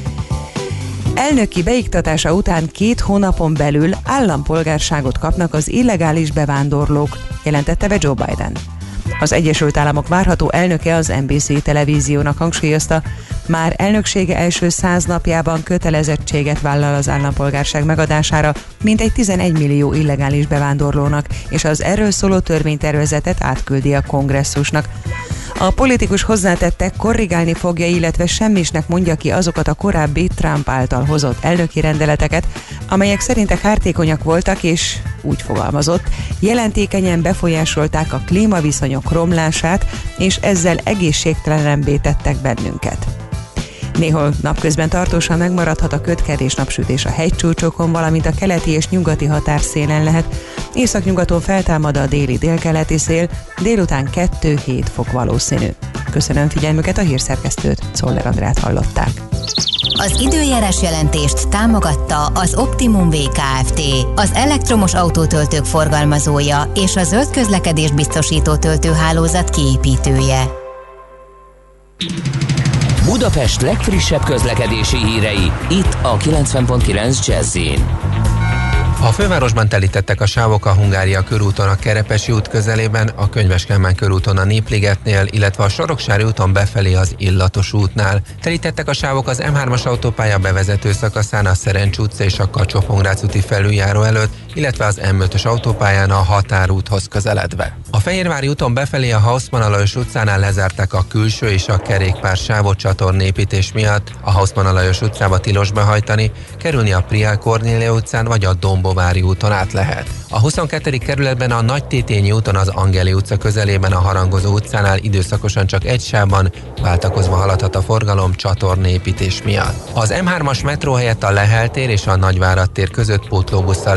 Elnöki beiktatása után két hónapon belül állampolgárságot kapnak az illegális bevándorlók, jelentette be Joe Biden. Az Egyesült Államok várható elnöke az en bé cé televíziónak hangsúlyozta, már elnöksége első száz napjában kötelezettséget vállal az állampolgárság megadására mintegy tizenegy millió illegális bevándorlónak, és az erről szóló törvénytervezetet átküldi a kongresszusnak. A politikus hozzátette, korrigálni fogja, illetve semmisnek mondja ki azokat a korábbi Trump által hozott elnöki rendeleteket, amelyek szerinte kártékonyak voltak, és úgy fogalmazott, jelentékenyen befolyásolták a klímaviszonyok romlását, és ezzel egészségtelenebbé tettek bennünket. Néhol napközben tartósan megmaradhat a ködkedés, napsütés a hegycsúcsokon, valamint a keleti és nyugati határszélen lehet. Északnyugaton feltámad a déli délkeleti szél, délután kettő-hét fok valószínű. Köszönöm figyelmüket, a hírszerkesztőt, Czoller Andrát hallották. Az időjárás jelentést támogatta az Optimum vé Kft., az elektromos autótöltők forgalmazója és a zöld közlekedést biztosító töltőhálózat kiépítője. Budapest legfrissebb közlekedési hírei, itt a kilencven pont kilenc Jazzyn. A fővárosban telítettek a sávok a Hungária körúton a Kerepesi út közelében, a Könyves Kálmán körúton a Népligetnél, illetve a Soroksári úton befelé az Illatos útnál. Telítettek a sávok az em hármas autópálya bevezető szakaszán a Szerencs utca és a Kacsó-Pongrác úti felüljáró előtt, illetve az em ötös autópályán a Határúthoz közeledve. A Fehérvári úton befelé a Hausmann Alajos utcánál lezárták a külső és a kerékpár sávot csatornépítés miatt. A Hausmann Alajos utcába tilos behajtani, kerülni a Priál Kornélia utcán vagy a Dombovári úton át lehet. A huszonkettedik kerületben a Nagytétényi úton az Angeli utca közelében a Harangozó utcánál időszakosan csak egy sávban váltakozva haladhat a forgalom csatornépítés miatt. Az em hármas metró helyett a Lehel tér és a Nagyvárad tér között pótlóbusszal lehet utazni,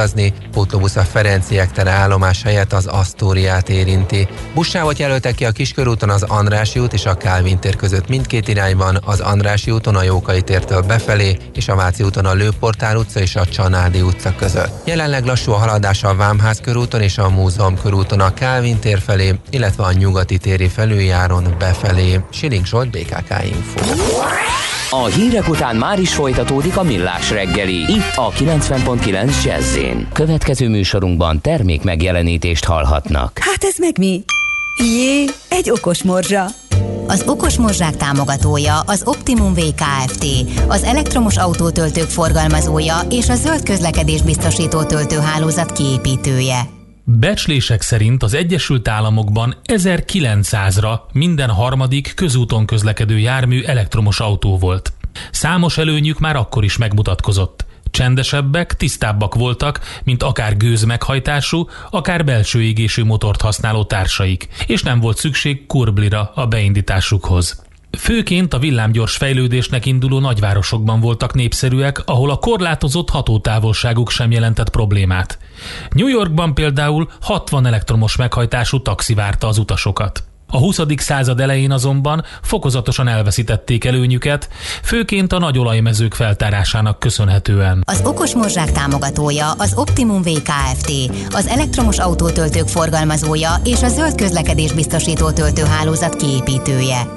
utazni, pótlóbusz a Ferenciek tere állomás helyett az Asztóriát érinti. Buszsávot jelöltek ki a Kiskörúton az Andrássy út és a Kálvin tér között mindkét irányban, az Andrássy úton a Jókai tértől befelé, és a Váci úton a Lőportár utca és a Csanádi utca között. Jelenleg lassú a haladás a Vámház körúton és a Múzeum körúton a Kálvin tér felé, illetve a Nyugati téri felüljáron befelé. Siling Zsolt, bé ká ká Info. A hírek után már is folytatódik a Millás reggeli, itt a kilencven pont kilenc Jazz-én. Következő műsorunkban termék megjelenítést hallhatnak. Hát ez meg mi? Jé, egy okos morzsa. Az okos morzsák támogatója az Optimum vé ká ef té, az elektromos autótöltők forgalmazója és a zöld közlekedés biztosító töltőhálózat kiépítője. Becslések szerint az Egyesült Államokban ezerkilencszázra minden harmadik közúton közlekedő jármű elektromos autó volt. Számos előnyük már akkor is megmutatkozott. Csendesebbek, tisztábbak voltak, mint akár gőzmeghajtású, akár belső égésű motort használó társaik, és nem volt szükség kurblira a beindításukhoz. Főként a villámgyors fejlődésnek induló nagyvárosokban voltak népszerűek, ahol a korlátozott hatótávolságuk sem jelentett problémát. New Yorkban például hatvan elektromos meghajtású taxi várta az utasokat. A huszadik század elején azonban fokozatosan elveszítették előnyüket, főként a nagy olajmezők feltárásának köszönhetően. Az okos morzsák támogatója az Optimum vé ká ef té, az elektromos autótöltők forgalmazója és a zöld közlekedés biztosító töltőhálózat kiépítője.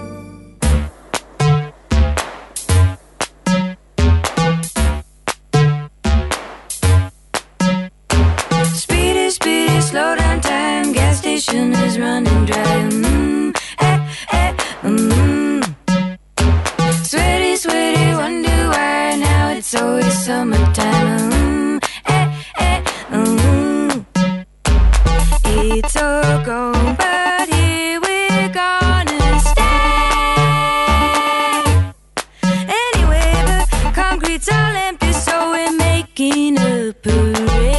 Slow down time, gas station is running dry. Mm, eh, eh, mm. Sweaty, sweaty, wonder why now it's always summertime. Mm, eh, eh, mm. It's all gone, but here we're gonna stay. Anyway, the concrete's all empty, so we're making a parade.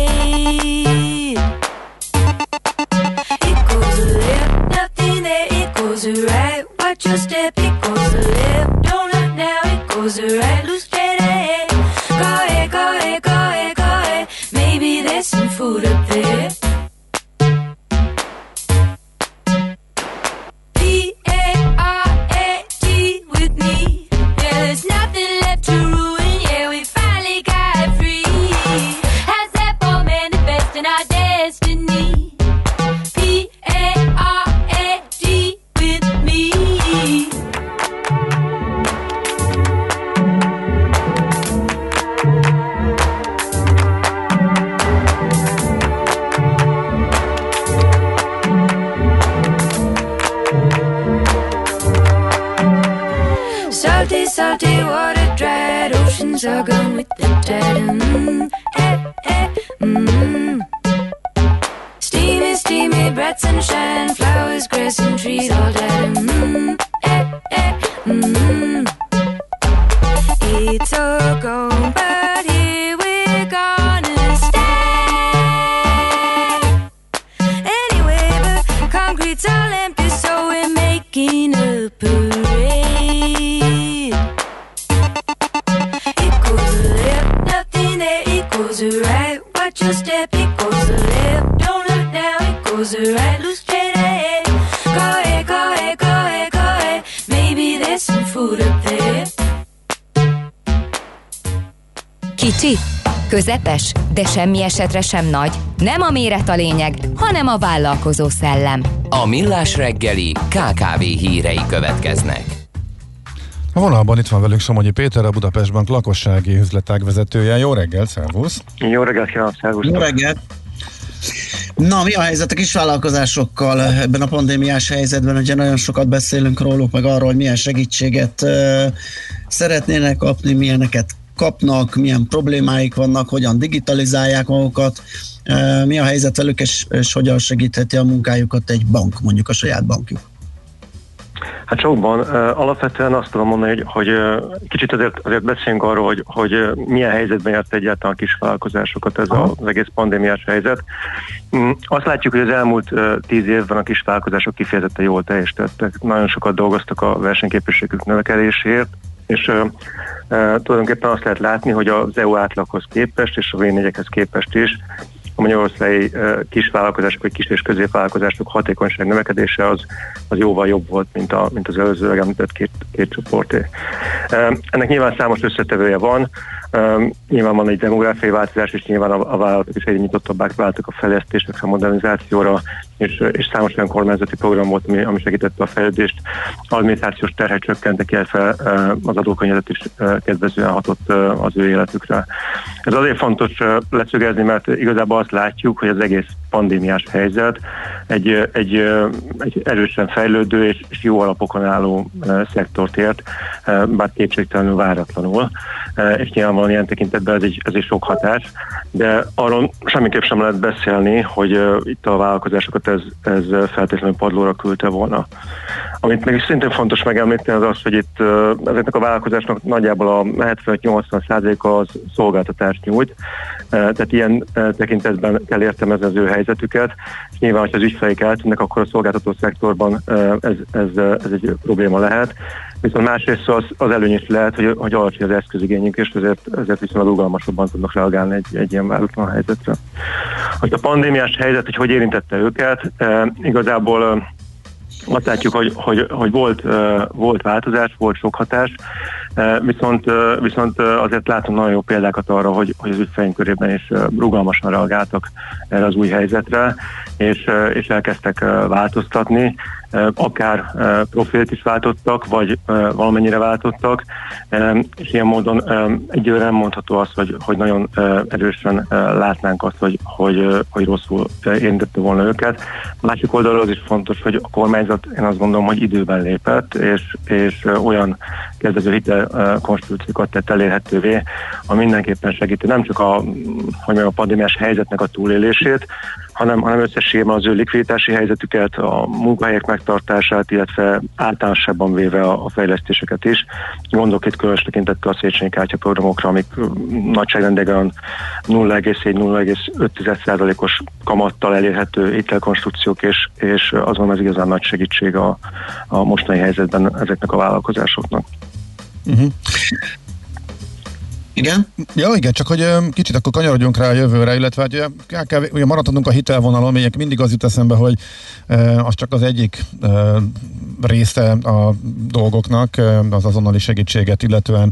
Right, watch your step, it goes to left. Don't look now, it goes to right. Look straight ahead. Go ahead, go ahead, go ahead, go ahead. Maybe there's some food up there. P A R A T with me. Yeah, there's nothing left to ruin. Yeah, we finally got free. How's that for manifesting our destiny? P A R A T with me. Salty, salty water, dried oceans are gone with the tide. Mm, eh, eh, mm. Steamy, steamy, bright sunshine, flowers, grass and trees all dead. Mm, eh, eh, mm. It's all gone, but here we're gonna stay. Anyway, the concrete's all empty, so we're making a parade. It goes to left, nothing there, it goes to right. Watch your step, it goes to left. Don't look now, it goes to right. Look straight ahead. Go ahead, go ahead, go ahead, go ahead. Maybe there's some food up there. Kicsi, közepes, de semmi esetre sem nagy. Nem a méret a lényeg, hanem a vállalkozó szellem. A Millás reggeli ká ká vé hírei következnek. A vonalban itt van velünk Somogyi Péter, a Budapest Bank lakossági üzletág vezetője. Jó reggelt, szervusz! Jó reggelt kívánok, szervusz! Jó reggelt! Na, mi a helyzet a kisvállalkozásokkal ebben a pandémiás helyzetben? Ugye nagyon sokat beszélünk róluk, meg arról, hogy milyen segítséget uh, szeretnének kapni, milyeneket kapnak, milyen problémáik vannak, hogyan digitalizálják magukat, uh, mi a helyzet velük, és, és hogyan segítheti a munkájukat egy bank, mondjuk a saját bankjuk. Hát sokban. Uh, alapvetően azt tudom mondani, hogy, hogy uh, kicsit azért, azért beszéljünk arról, hogy, hogy uh, milyen helyzetben járt egyáltalán a kisvállalkozásokat ez a, az egész pandémiás helyzet. Um, azt látjuk, hogy az elmúlt uh, tíz évben a kisvállalkozások kifejezetten jól teljesítettek. Nagyon sokat dolgoztak a versenyképességük növekedéséért, És uh, uh, tulajdonképpen azt lehet látni, hogy az é u átlaghoz képest és a vé négyekhez képest is a magyarországi uh, kisvállalkozások vagy kis és középvállalkozások hatékonyság növekedése az, az jóval jobb volt, mint, a, mint az előzőleg említett két, két csoporté. Uh, ennek nyilván számos összetevője van. Um, nyilván van egy demográfiai változás, és nyilván a, a vállalatok is egyre nyitottabbá váltak a fejlesztésekre, a modernizációra, és, és számos olyan kormányzati program volt, ami, ami segítette a fejlődést. Adminisztrációs terhek csökkentek, illetve az adókönnyezet is kedvezően hatott az ő életükre. Ez azért fontos leszögezni, mert igazából azt látjuk, hogy az egész pandémiás helyzet egy, egy, egy erősen fejlődő és, és jó alapokon álló szektort ért, bár kétségtelenül váratlanul, és nyilvánvalóan ilyen tekintetben ez egy, ez egy sok hatás, de arról semmiképp sem lehet beszélni, hogy uh, itt a vállalkozásokat ez, ez feltétlenül padlóra küldte volna. Amit még szintén fontos megemlíteni az az, hogy itt uh, ezeknek a vállalkozásnak nagyjából a hetvenöt-nyolcvan százaléka az szolgáltatást nyújt, uh, tehát ilyen uh, tekintetben kell értelmezni az ő helyzetüket, és nyilván, hogyha az ügyfeleik eltűnnek, akkor a szolgáltató szektorban uh, ez, ez, ez egy probléma lehet. Viszont másrészt az, az előny is lehet, hogy, hogy alacsony az eszközigényük, és ezért, ezért viszonylag rugalmasabban tudnak reagálni egy, egy ilyen váratlan helyzetre. Hogy a pandémiás helyzet, hogy hogy érintette őket, e, igazából e, azt látjuk, hogy, hogy, hogy volt, e, volt változás, volt sok hatás, e, viszont, e, viszont azért látunk nagyon jó példákat arra, hogy, hogy az ügyfeleink körében is e, rugalmasan reagáltak erre az új helyzetre, és, e, és elkezdtek e, változtatni, akár profilt is váltottak, vagy valamennyire váltottak, és ilyen módon egyőre nem mondható az, hogy, hogy nagyon erősen látnánk azt, hogy, hogy, hogy rosszul érintette volna őket. Másik oldalról az is fontos, hogy a kormányzat, én azt gondolom, hogy időben lépett, és, és olyan kedvező hitelkonstrukciókat tett elérhetővé, ami mindenképpen segíti nem csak a, hogy a pandémiás helyzetnek a túlélését, hanem, hanem összességében az ő likviditási helyzetüket, a munkahelyek megtartását, illetve általánosabban véve a, a fejlesztéseket is. Gondolok itt különös tekintettel a Széchenyi kártya programokra, amik nagyságrendben nulla egész egy - nulla egész öt százalékos kamattal elérhető hitelkonstrukciók, és, és azon az igazán nagy segítség a, a mostani helyzetben ezeknek a vállalkozásoknak. Uh-huh. Igen? Ja, igen, csak hogy kicsit akkor kanyarodjunk rá a jövőre, illetve hogy ká ká vé, ugye maradhatunk a hitelvonalon, még mindig az jut eszembe, hogy az csak az egyik része a dolgoknak, az azonnali segítséget illetően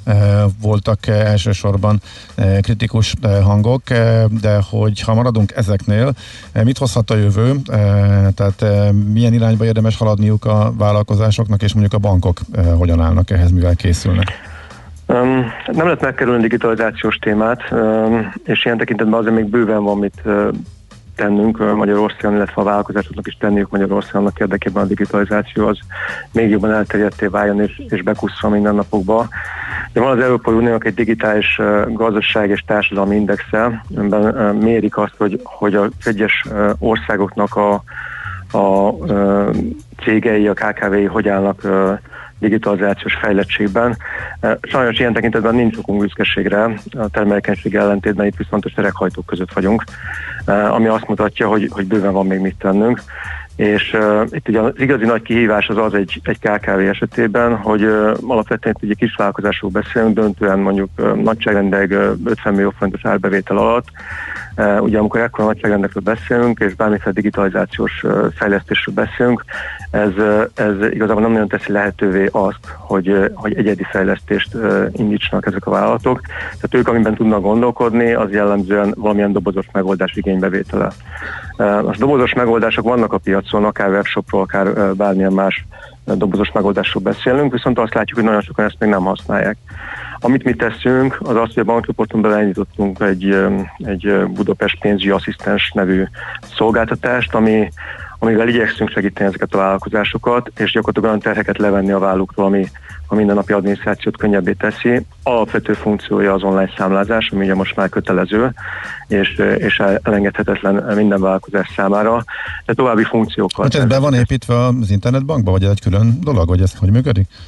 voltak elsősorban kritikus hangok, de hogy ha maradunk ezeknél, mit hozhat a jövő, tehát milyen irányba érdemes haladniuk a vállalkozásoknak, és mondjuk a bankok hogyan állnak ehhez, mivel készülnek? Um, nem lehet megkerülni a digitalizációs témát, um, és ilyen tekintetben azért még bőven van mit uh, tennünk uh, Magyarországon, illetve a vállalkozásoknak is tenniük Magyarországonnak érdekében a digitalizáció az még jobban elterjedté váljon és, és bekusszon mindennapokba. De van az Európai Uniónak egy digitális uh, gazdaság és társadalmi indexe, amiben uh, mérik azt, hogy, hogy az egyes uh, országoknak a, a uh, cégei, a ká ká vé-i hogy állnak uh, digitalizációs fejlettségben. Sajnos ilyen tekintetben nincs okunk büszkeségre, a termelékenység ellentétben itt viszont a sereghajtók között vagyunk, ami azt mutatja, hogy, hogy bőven van még mit tennünk. És uh, itt ugye az igazi nagy kihívás az az egy, egy ká ká vé esetében, hogy uh, alapvetően ugye kisvállalkozásról beszélünk, döntően mondjuk uh, nagyságrendek uh, ötven millió forintos árbevétel alatt. Uh, ugye amikor ekkora nagyságrendekről beszélünk, és bármiféle digitalizációs uh, fejlesztésről beszélünk, ez, uh, ez igazából nem nagyon teszi lehetővé azt, hogy, uh, hogy egyedi fejlesztést uh, indítsanak ezek a vállalatok. Tehát ők, amiben tudnak gondolkodni, az jellemzően valamilyen dobozos megoldás igénybevétele. Uh, a dobozos megoldások vannak a piacon, akár webshopról, akár uh, bármilyen más uh, dobozos megoldásról beszélünk, viszont azt látjuk, hogy nagyon sokan ezt még nem használják. Amit mi teszünk, az az, hogy a bankcsoporton belül elindítottunk egy, egy Budapest pénzügyi asszisztens nevű szolgáltatást, ami, amivel igyekszünk segíteni ezeket a vállalkozásokat, és gyakorlatilag olyan terheket levenni a vállukról, ami a mindennapi adminisztrációt könnyebbé teszi. Alapvető funkciója az online számlázás, ami ugye most már kötelező, és, és elengedhetetlen minden vállalkozás számára, de további funkciókkal. Hát ez be van építve az internetbankba, vagy ez egy külön dolog, vagy ez hogy működik?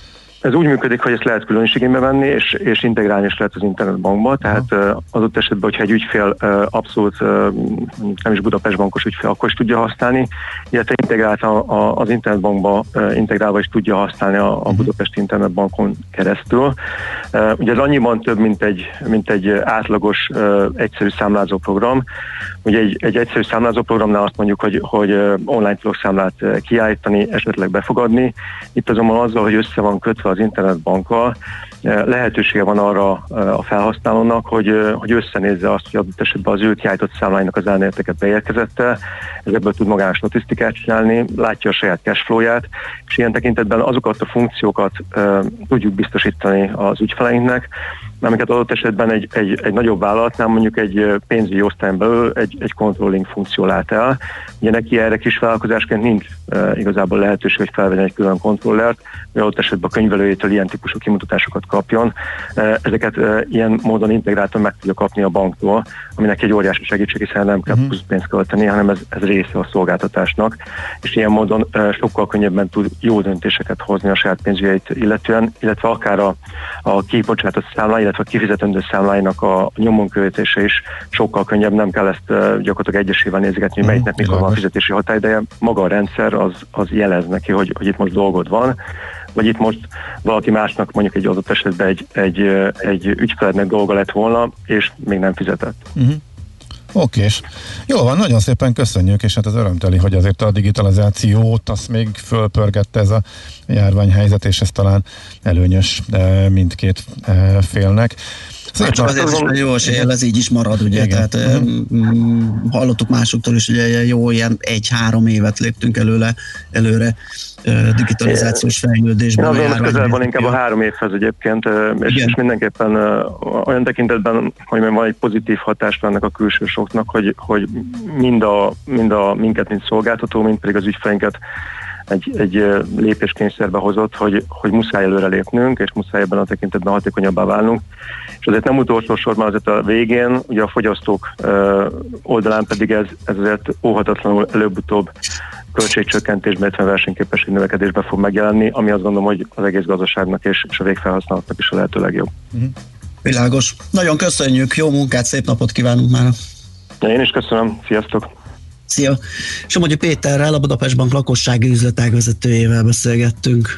ez úgy működik, hogy ezt lehet külön is igénybe venni, és, és integrálni is lehet az internetbankba, tehát uh, az ott esetben, hogyha egy ügyfél uh, abszolút uh, nem is Budapest bankos ügyfél, akkor is tudja használni, illetve integrált a, a, az internetbankba uh, integrálva is tudja használni a, a Budapesti internetbankon keresztül. Uh, ugye ez annyiban több, mint egy, mint egy átlagos uh, egyszerű számlázó program. Ugye egy, egy egyszerű számlázó programnál azt mondjuk, hogy, hogy uh, online tudok számlát uh, kiállítani, esetleg befogadni. Itt azonban azzal, hogy össze van kötve az internetbankkal, lehetősége van arra a felhasználónak, hogy, hogy összenézze azt, hogy adott esetben az ő kiállított számláinak az elméleteket beérkezette, ebből tud magának statisztikát csinálni, látja a saját cashflow-ját, és ilyen tekintetben azokat a funkciókat uh, tudjuk biztosítani az ügyfeleinknek, amiket adott esetben egy, egy, egy nagyobb vállalatnál, mondjuk egy pénzügyi osztályon belül egy, egy controlling funkció lát el. Ugye neki erre kis vállalkozásként nincs uh, igazából lehetőség, hogy felvegyen egy külön kontrollert, hogy adott esetben a könyvelőjétől ilyen típusú kimutatásokat kapjon. Uh, ezeket uh, ilyen módon integráltan meg tudja kapni a banktól, aminek egy óriási segítség, hiszen nem kell plusz pénzt költeni, hanem ez, ez része a szolgáltatásnak, és ilyen módon uh, sokkal könnyebben tud jó döntéseket hozni a saját pénzügyeit illetően, illetve akár a, a kibocsátott számlá, illetve a kifizetendő számláinak a nyomon követése is sokkal könnyebb, nem kell ezt uh, gyakorlatilag egyesével nézgetni, hogy melyiknek mikor van a fizetési határideje. Maga a rendszer az, az jelez neki, hogy, hogy itt most dolgod van, vagy itt most valaki másnak mondjuk egy adott esetben egy, egy, egy ügyfelednek dolga lett volna, és még nem fizetett. Uh-huh. Oké, és jó van, nagyon szépen köszönjük, és hát az örömteli, hogy azért a digitalizációt azt még fölpörgette ez a járványhelyzet, és ez talán előnyös mindkét félnek. Szép, csak azért is, hogy jó eséllyel ez így is marad, ugye, igen. Tehát uh-huh. hallottuk másoktól is, hogy jó, ilyen egy-három évet léptünk előle, előre digitalizációs fejlődésben. Én azon közel van inkább a három évhez egyébként, és, és mindenképpen olyan tekintetben, hogy van egy pozitív hatás ennek a külső soknak, hogy, hogy mind, a, mind a minket, mint szolgáltató, mind pedig az ügyfeleinket egy, egy lépéskényszerbe hozott, hogy, hogy muszáj előre lépnünk, és muszáj ebben a tekintetben hatékonyabbá válnunk. És azért nem utolsó sorban azért a végén, ugye a fogyasztók oldalán pedig ez, ez azért óhatatlanul előbb-utóbb költségcsökkentésben, illetve versenyképesség növekedésben fog megjelenni, ami azt gondolom, hogy az egész gazdaságnak és, és a végfelhasználóknak is a lehető legjobb. Uh-huh. Világos. Nagyon köszönjük, jó munkát, szép napot kívánunk már. Én is köszönöm, sziasztok! Szia! Somogyi Péterrel, a Budapest Bank lakossági üzletág vezetőjével beszélgettünk.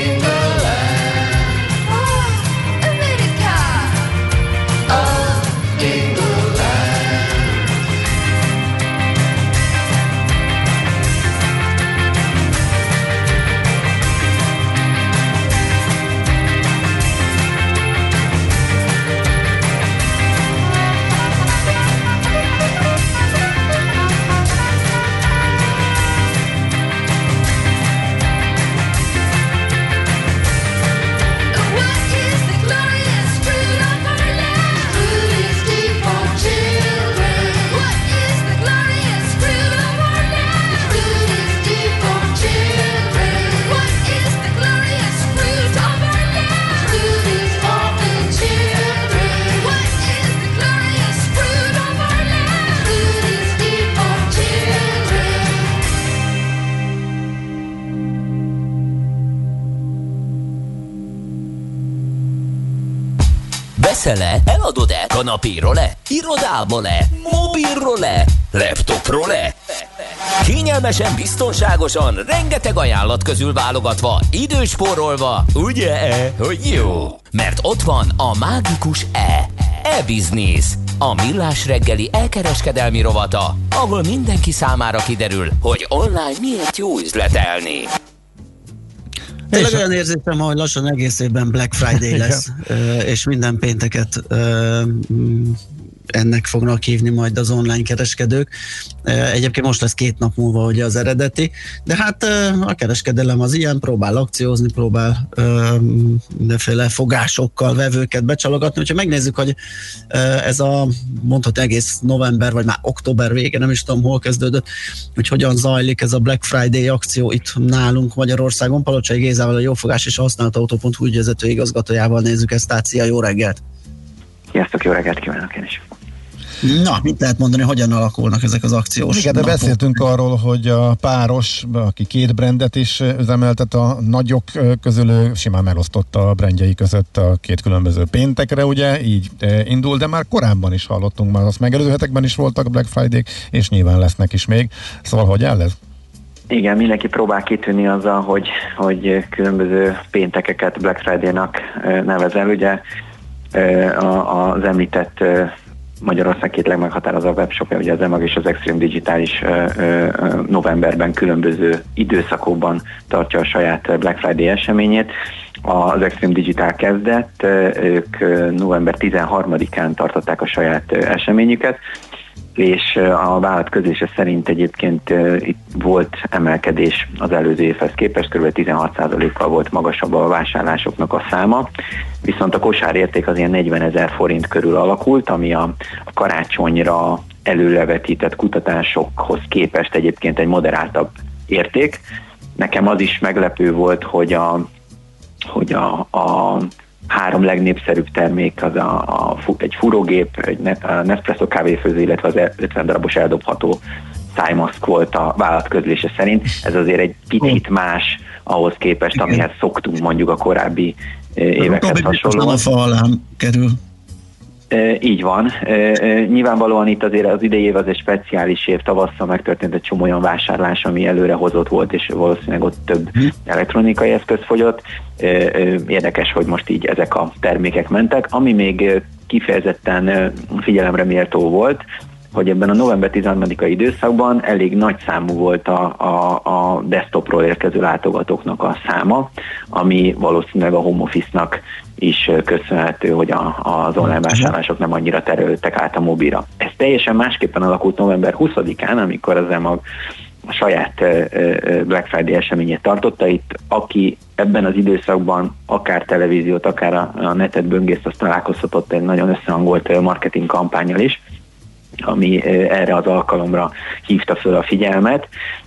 Veszel-e? Eladod-e? Kanapéról-e? Irodából-e? Mobilról-e? Laptopról-e? Kényelmesen, biztonságosan, rengeteg ajánlat közül válogatva, időspórolva, ugye-e, hogy jó? Mert ott van a mágikus E. E-Business. A millás reggeli elkereskedelmi rovata, ahol mindenki számára kiderül, hogy online miért jó üzletelni. Tényleg olyan érzésem, hogy lassan egész évben Black Friday lesz, és minden pénteket ennek fognak hívni majd az online kereskedők. Egyébként most lesz két nap múlva ugye az eredeti, de hát a kereskedelem az ilyen, próbál akciózni, próbál mindenféle fogásokkal vevőket becsalogatni. Úgyhogy megnézzük, hogy ez a mondhatni egész november, vagy már október vége, nem is tudom hol kezdődött, hogy hogyan zajlik ez a Black Friday akció itt nálunk Magyarországon. Palocsai Gézával, a Jófogás és a használt autó pont hu ügyvezető igazgatójával nézzük ezt át. Szia, jó reggelt! Sziasztok, jó reggelt kívánok én is! Na, mit lehet mondani, hogyan alakulnak ezek az akciós Igen, de napok? beszéltünk arról, hogy a páros, aki két brandet is üzemeltet, a nagyok közül simán megosztotta a brandjei között a két különböző péntekre, ugye, így indul, de már korábban is hallottunk, már azt megelőző hetekben is voltak Black Friday-k, és nyilván lesznek is még. Szóval hogy áll ez? Igen, mindenki próbál kitűnni azzal, hogy, hogy különböző péntekeket Black Friday-nak nevezel, ugye az említett Magyarország két legmeghatározóbb webshopja, ugye az Emag és az Extreme Digital is novemberben különböző időszakokban tartja a saját Black Friday eseményét. Az Extreme Digital kezdett, ők november tizenharmadikán tartották a saját eseményüket, és a vállalat közlése szerint egyébként itt volt emelkedés az előző évhez képest, kb. tizenhat százalékkal volt magasabb a vásárlásoknak a száma, viszont a kosárérték az ilyen negyvenezer forint körül alakult, ami a, a karácsonyra előrevetített kutatásokhoz képest egyébként egy moderáltabb érték. Nekem az is meglepő volt, hogy a, hogy a, a három legnépszerűbb termék az a, a, egy fúrógép, egy Nespresso kávéfőző, illetve az ötven darabos eldobható szájmaszk volt a vállalat közlése szerint. Ez azért egy picit más ahhoz képest, igen, amihez szoktunk mondjuk a korábbi évekhez hasonlóan. A fa alá kerül. E, így van. E, e, nyilvánvalóan itt azért az idei év az egy speciális év, tavasszal megtörtént egy csomó olyan vásárlás, ami előre hozott volt, és valószínűleg ott több elektronikai eszköz fogyott. E, e, érdekes, hogy most így ezek a termékek mentek. Ami még kifejezetten figyelemre méltó volt, hogy ebben a november tizenharmadikai időszakban elég nagy számú volt a, a, a desktopról érkező látogatóknak a száma, ami valószínűleg a home office-nak is köszönhető, hogy a, az online vásárlások nem annyira terültek át a mobilra. Ez teljesen másképpen alakult november huszadikán, amikor az Emag a saját Black Friday eseményét tartotta. Itt aki ebben az időszakban akár televíziót, akár a, a netet böngészt, azt találkozhatott egy nagyon összehangolt marketing kampánnyal is, ami erre az alkalomra hívta föl a figyelmet.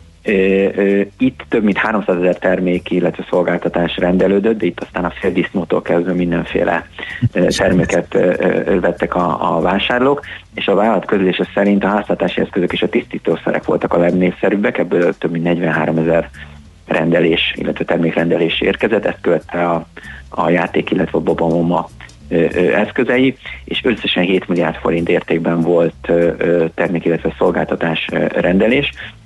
Itt több mint háromszázezer termék, illetve szolgáltatás rendelődött, de itt aztán a féldisznótól kezdve mindenféle terméket vettek a, a vásárlók, és a vállalat közlése szerint a háztartási eszközök és a tisztítószerek voltak a legnépszerűbbek, ebből több mint negyvenháromezer rendelés, illetve termékrendelés érkezett, ezt követte a, a játék, illetve a Bobamoma eszközei, és összesen hét milliárd forint értékben volt termék, illetve szolgáltatás rendelés.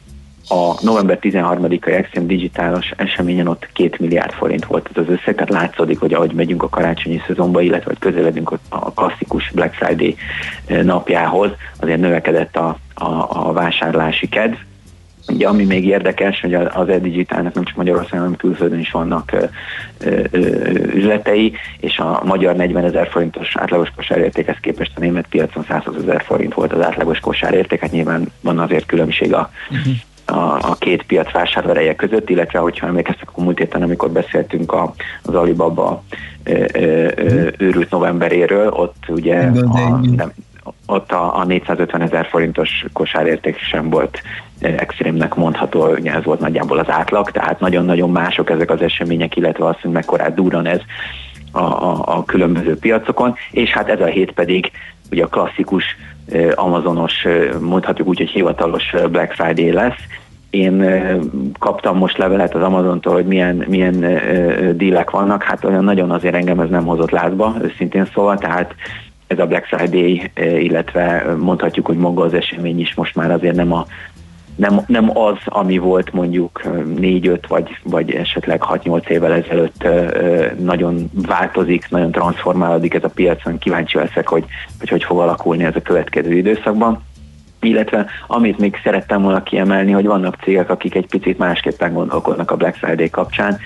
a november tizenharmadikai Extreme digitálos eseményen ott két milliárd forint volt az összeg, tehát látszódik, hogy ahogy megyünk a karácsonyi szezonba, illetve hogy közeledünk a klasszikus Black Friday napjához, azért növekedett a, a, a vásárlási kedv. Ugye, ami még érdekes, hogy az e-digitalnak nem csak Magyarországon, hanem külföldön is vannak ö, ö, ö, üzletei, és a magyar negyvenezer forintos átlagos kosárértékhez képest a német piacon százhúszezer forint volt az átlagos kosárérték, hát nyilván van azért különbség a, uh-huh. a, a két piac vásárlóereje között, illetve, hogyha emlékeztek a múlt héten, amikor beszéltünk a, az Alibaba ö, ö, ö, őrült novemberéről, ott ugye a, nem, ott a, a négyszázötven ezer forintos kosárérték sem volt extrémnek mondható, ugye ez volt nagyjából az átlag, tehát nagyon-nagyon mások ezek az események, illetve azt, hogy mekkorát durran ez a, a, a különböző piacokon, és hát ez a hét pedig ugye a klasszikus amazonos, mondhatjuk úgy, hogy hivatalos Black Friday lesz. Én kaptam most levelet az Amazontól, hogy milyen, milyen dílek vannak, hát olyan nagyon azért engem ez nem hozott lázba, őszintén szóval, tehát ez a Black Friday, illetve mondhatjuk, hogy maga az esemény is most már azért nem, a, nem, nem az, ami volt mondjuk négy-öt vagy, vagy esetleg hat-nyolc évvel ezelőtt. Nagyon változik, nagyon transformálódik ez a piacon, kíváncsi leszek, hogy hogy, hogy fog alakulni ez a következő időszakban. Illetve amit még szerettem volna kiemelni, hogy vannak cégek, akik egy picit másképpen gondolkodnak a Black Friday kapcsán.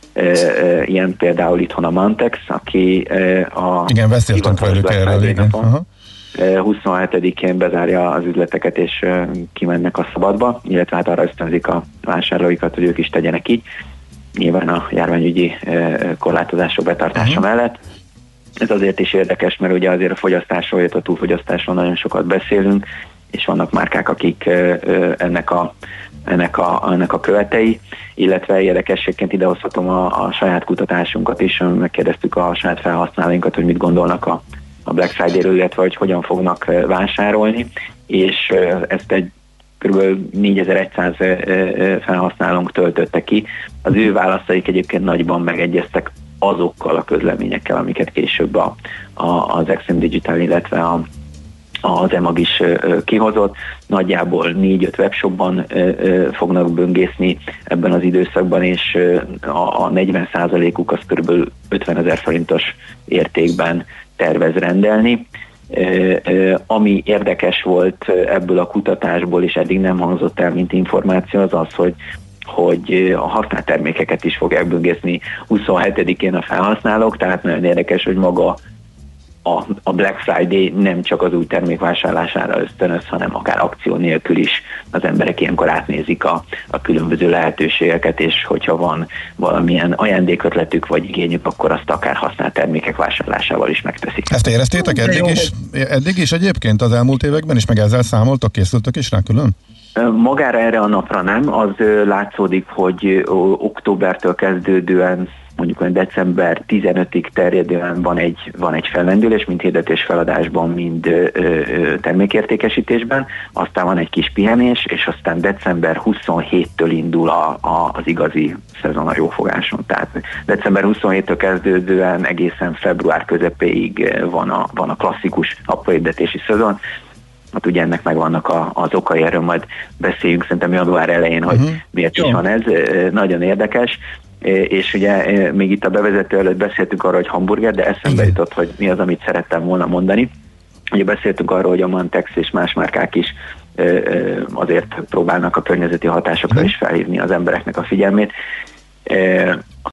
Ilyen például itthon a Mantex, aki a... Igen, beszéltünk velük erről, igen. huszonhetedikén bezárja az üzleteket, és kimennek a szabadba, illetve hát arra ösztönzik a vásárlóikat, hogy ők is tegyenek így, nyilván a járványügyi korlátozások betartása uh-huh. mellett. Ez azért is érdekes, mert ugye azért a fogyasztásról, illetve a túlfogyasztásról nagyon sokat beszélünk, és vannak márkák, akik ennek a ennek a, ennek a követei, illetve érdekességként idehozhatom a, a saját kutatásunkat is, megkérdeztük a saját felhasználóinkat, hogy mit gondolnak a, a Black Friday-ről, illetve hogy hogyan fognak vásárolni, és ezt egy kb. négyezer-száz felhasználónk töltötte ki. Az ő válaszaik egyébként nagyban megegyeztek azokkal a közleményekkel, amiket később a, a, az Extreme Digital, illetve a az e mag is kihozott. Nagyjából négy-öt webshopban fognak böngészni ebben az időszakban, és a negyven százalékuk az kb. ötvenezer forintos értékben tervez rendelni. Ami érdekes volt ebből a kutatásból, és eddig nem hangzott el, mint információ, az az, hogy hogy a használt termékeket is fogják böngészni huszonhetedikén a felhasználók, tehát nagyon érdekes, hogy maga A, a Black Friday nem csak az új termék vásárlására ösztönöz, hanem akár akció nélkül is az emberek ilyenkor átnézik a, a különböző lehetőségeket, és hogyha van valamilyen ajándékötletük vagy igényük, akkor azt akár használt termékek vásárlásával is megteszik. Ezt éreztétek eddig is, eddig is egyébként az elmúlt években is, meg ezzel számoltak, készültök is rá külön? Magára erre a napra nem, az látszódik, hogy októbertől kezdődően mondjuk olyan december tizenötödikéig terjedően van egy, van egy fellendülés, mind hirdetés feladásban, mind ö, ö, termékértékesítésben, aztán van egy kis pihenés, és aztán december huszonhétedikétől indul a, a, az igazi szezon a jófogáson. Tehát december huszonhétedikétől kezdődően egészen február közepéig van a, van a klasszikus apróhirdetési szezon. Hát ugye ennek megvannak a, az okai, erről majd beszéljünk szerintem január elején, hogy uh-huh. miért is van ez. Nagyon érdekes. És ugye még itt a bevezető előtt beszéltünk arról, hogy hamburger, de eszembe jutott, hogy mi az, amit szerettem volna mondani. Ugye beszéltünk arról, hogy a Mantex és más márkák is azért próbálnak a környezeti hatásokra is felhívni az embereknek a figyelmét. A